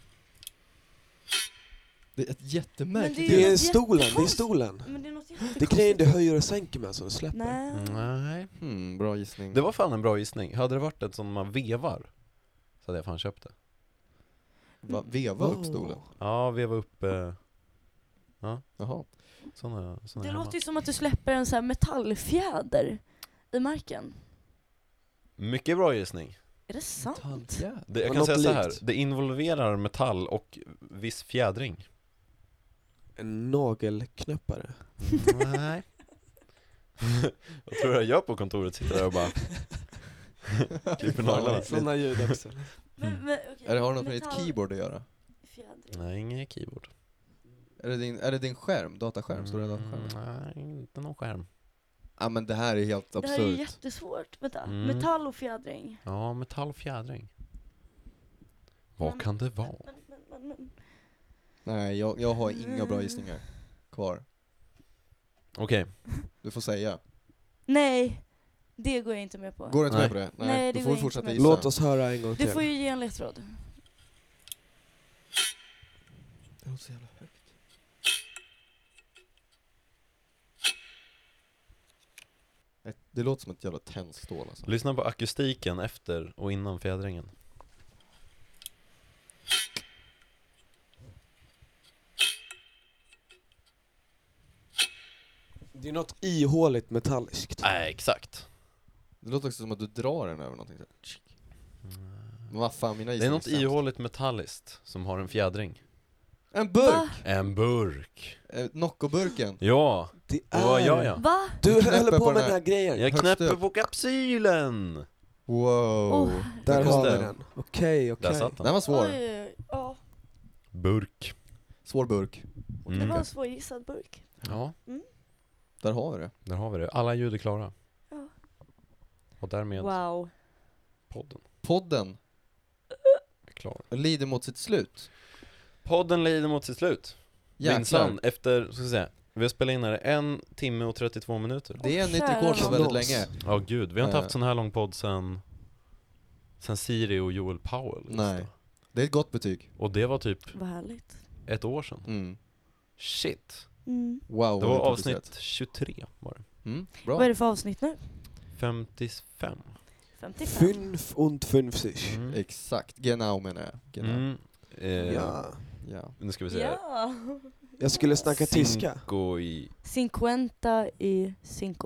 Det är ett Men jättemärkligt det ljud. Det är något stolen, det är jättekonstigt. stolen. men det är något Det är grejen jättekonstigt. du höjer och sänker med så du släpper. Nej. Nej. Hmm, bra gissning. Det var fan en bra gissning. Hade det varit ett som man vevar så hade jag fan köpt det. Va, veva upp Oh. stolen. Ja, veva upp eh, Jaha. såna, såna Det hemma. låter ju som att du släpper en så här metallfjäder i marken. Mycket bra gissning. Är det sant? Metallfjäder. Det, jag Och kan något säga så här. likt. Det involverar metall och viss fjädring. En nagelknöppare. Nej. Vad tror du jag gör på kontoret? Sitter där och bara klipper naglarna. Sådana ljud också. Men, men, okej, Är det, har det något med ditt metall- keyboard att göra? fjädring. Nej, ingen keyboard. Är det din, är det din skärm? Dataskärm? Står det Mm, dataskärm? nej, inte någon skärm. Ja men det här är helt Det här är ju absurt. jättesvårt. Vänta. Mm. Metall och fjädring. Ja, metall och fjädring. Vad Men- kan det vara? Men, men, men, men. Nej, jag, jag har inga bra gissningar kvar. Okej, Du får säga. Nej, det går jag inte med på. Går du inte Nej. med på det? Nej, Nej, då det får går vi jag fortsätta inte gissa. med Låt oss höra en gång Du till. får ju ge en ledtråd. Det låter så jävla högt. Ett- Det låter som ett jävla tändstål alltså. lyssna på akustiken efter och innan fjädringen. Det är något ihåligt metalliskt. Nej, exakt. Det låter också som att du drar den över någonting så här. Men vad fan, mina Det är gissningar något sämst. ihåligt metalliskt som har en fjädring. En burk! Va? En burk. Eh, Noccoburken. Ja, Det det var jag ja. Va? Du knäpper höll på på med den den här- här grejen. Jag Högst knäpper upp. på kapsylen. Wow. Oh. Där Just har vi det. den. Okej, okej. Där satt Den han. var svår. Oj, oj, oj. Ja, Burk. Svår burk. det Mm. var en svårgissad burk. Ja, Där har vi det. där har vi det. Alla ljud är klara. Ja. Och därmed Wow. podden Podden är klar. lider mot sitt slut. Podden lider mot sitt slut. Jäklar. Vincent, efter, ska jag säga, vi har spelat in här en timme och trettiotvå minuter. Det är Åh, nytt kära rekord på nån. väldigt Kalas. länge. Ja gud, vi har inte Eh. haft sån här lång podd sen Sen Siri och Joel Powell. Nej. Det är ett gott betyg. Och det var typ Vad härligt. ett år sedan. Mm. Shit. Mm. Wow, Det vad var vi producerat. avsnitt tjugotre var det. Mm. Vad är Bra. det för avsnitt nu? femtiofem. femtiofem? Fünf und fünfzig. Mm. Exakt. Genau menar jag. Genau. Mm. Eh, Ja. Ja. Nu ska vi se. Ja. Jag skulle snacka tyska. Cinco i Cinquenta i cinco.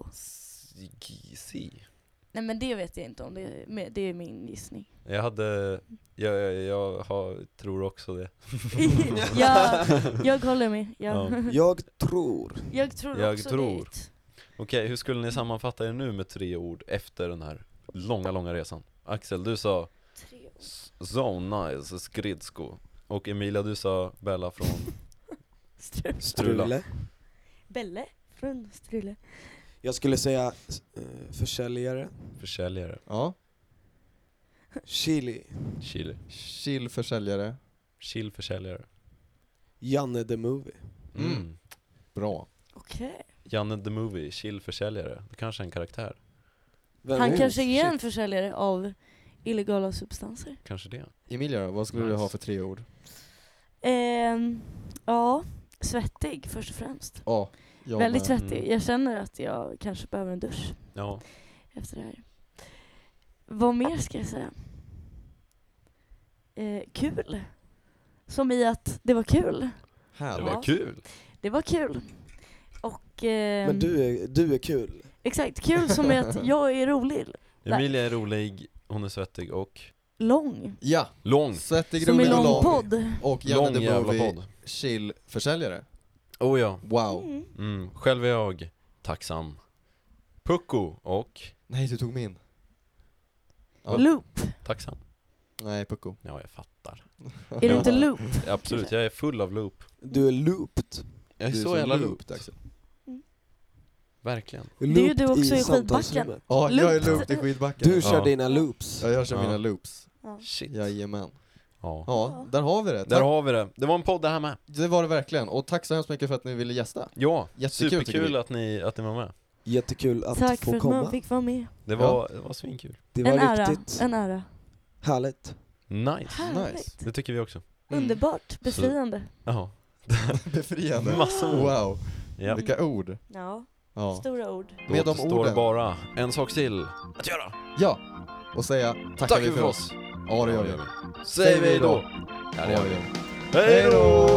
si. Nej men det vet jag inte om, det är, men det är min gissning. Jag hade, jag, jag, jag har, tror också det. ja, jag håller med. Ja. Ja. Jag tror. Jag tror Jag också tror. det. Okej, hur skulle ni sammanfatta er nu med tre ord efter den här långa, långa resan? Axel, du sa Tre år. s- so nice, skridsko. Och Emilia, du sa Bella från Strula. Strula. Strule. Belle från Strule. Jag skulle säga eh, försäljare. Försäljare, Ja. Chili. Chili. Chill försäljare. Chill försäljare. Janne the Movie. Mm. Mm. Bra. Okej. Janne the Movie, chill försäljare. Det kanske är en karaktär. Vem Han är- kanske är en shit. försäljare av illegala substanser. Kanske det. Emilia då, vad skulle du Nice. ha för tre ord? Ehm, ja, svettig först och främst. Ja. jag Väldigt med. svettig. Mm. Jag känner att jag kanske behöver en dusch Ja. efter det här. Vad mer ska jag säga? Eh, kul. Som i att det var kul. Det Härligt. var Ja. kul. Det var kul. Och... ehm, Men du är, du är kul. Exakt, kul som i att jag är rolig. Emilia är rolig, hon är svettig och Lång. Ja. lång. Svettig, Som i rolig och lång lång. podd. Och Janne Lång the jävla Movie, podd. chill försäljare. Oh ja. Wow. Mm. Mm. Själv är jag tacksam. Pucko och Nej, du tog min. Ja. Loop. tacksam. Nej, Pucko. Ja, jag fattar. Är du inte loop? Absolut, jag är full av loop. Du är looped. Jag är Du så jävla looped, looped. Axel. Verkligen. Det är ju du också i skidbacken. samtalsrummet. Ja, jag är Loop. loopt i skidbacken. Du kör Ja. dina loops. Ja, jag kör Ja. mina loops. Ja. Shit. Jajamän. Ja. Ja, där har vi det. Där Tack. har vi det. Det var en podd det här med. Det var det verkligen. Och tack så hemskt mycket för att ni ville gästa. Ja, Jättekul, tycker superkul vi. att ni, att ni var med. Jättekul att Tack få för att komma. man fick vara med. Det var, det var svinkul. Det var En ära, riktigt en ära. härligt. Nice. Härligt. Nice. Det tycker vi också. Mm. Underbart, befriande. Jaha. Befriande. Massor med ord. Wow. Ja. Vilka ord. Ja, Ja. stora ord. Då Med de återstår orden. bara en sak till att göra. Ja. Och säga tackar Tack vi för oss. Ja, det gör vi. Säger vi då. Ja, det gör vi. Hej då!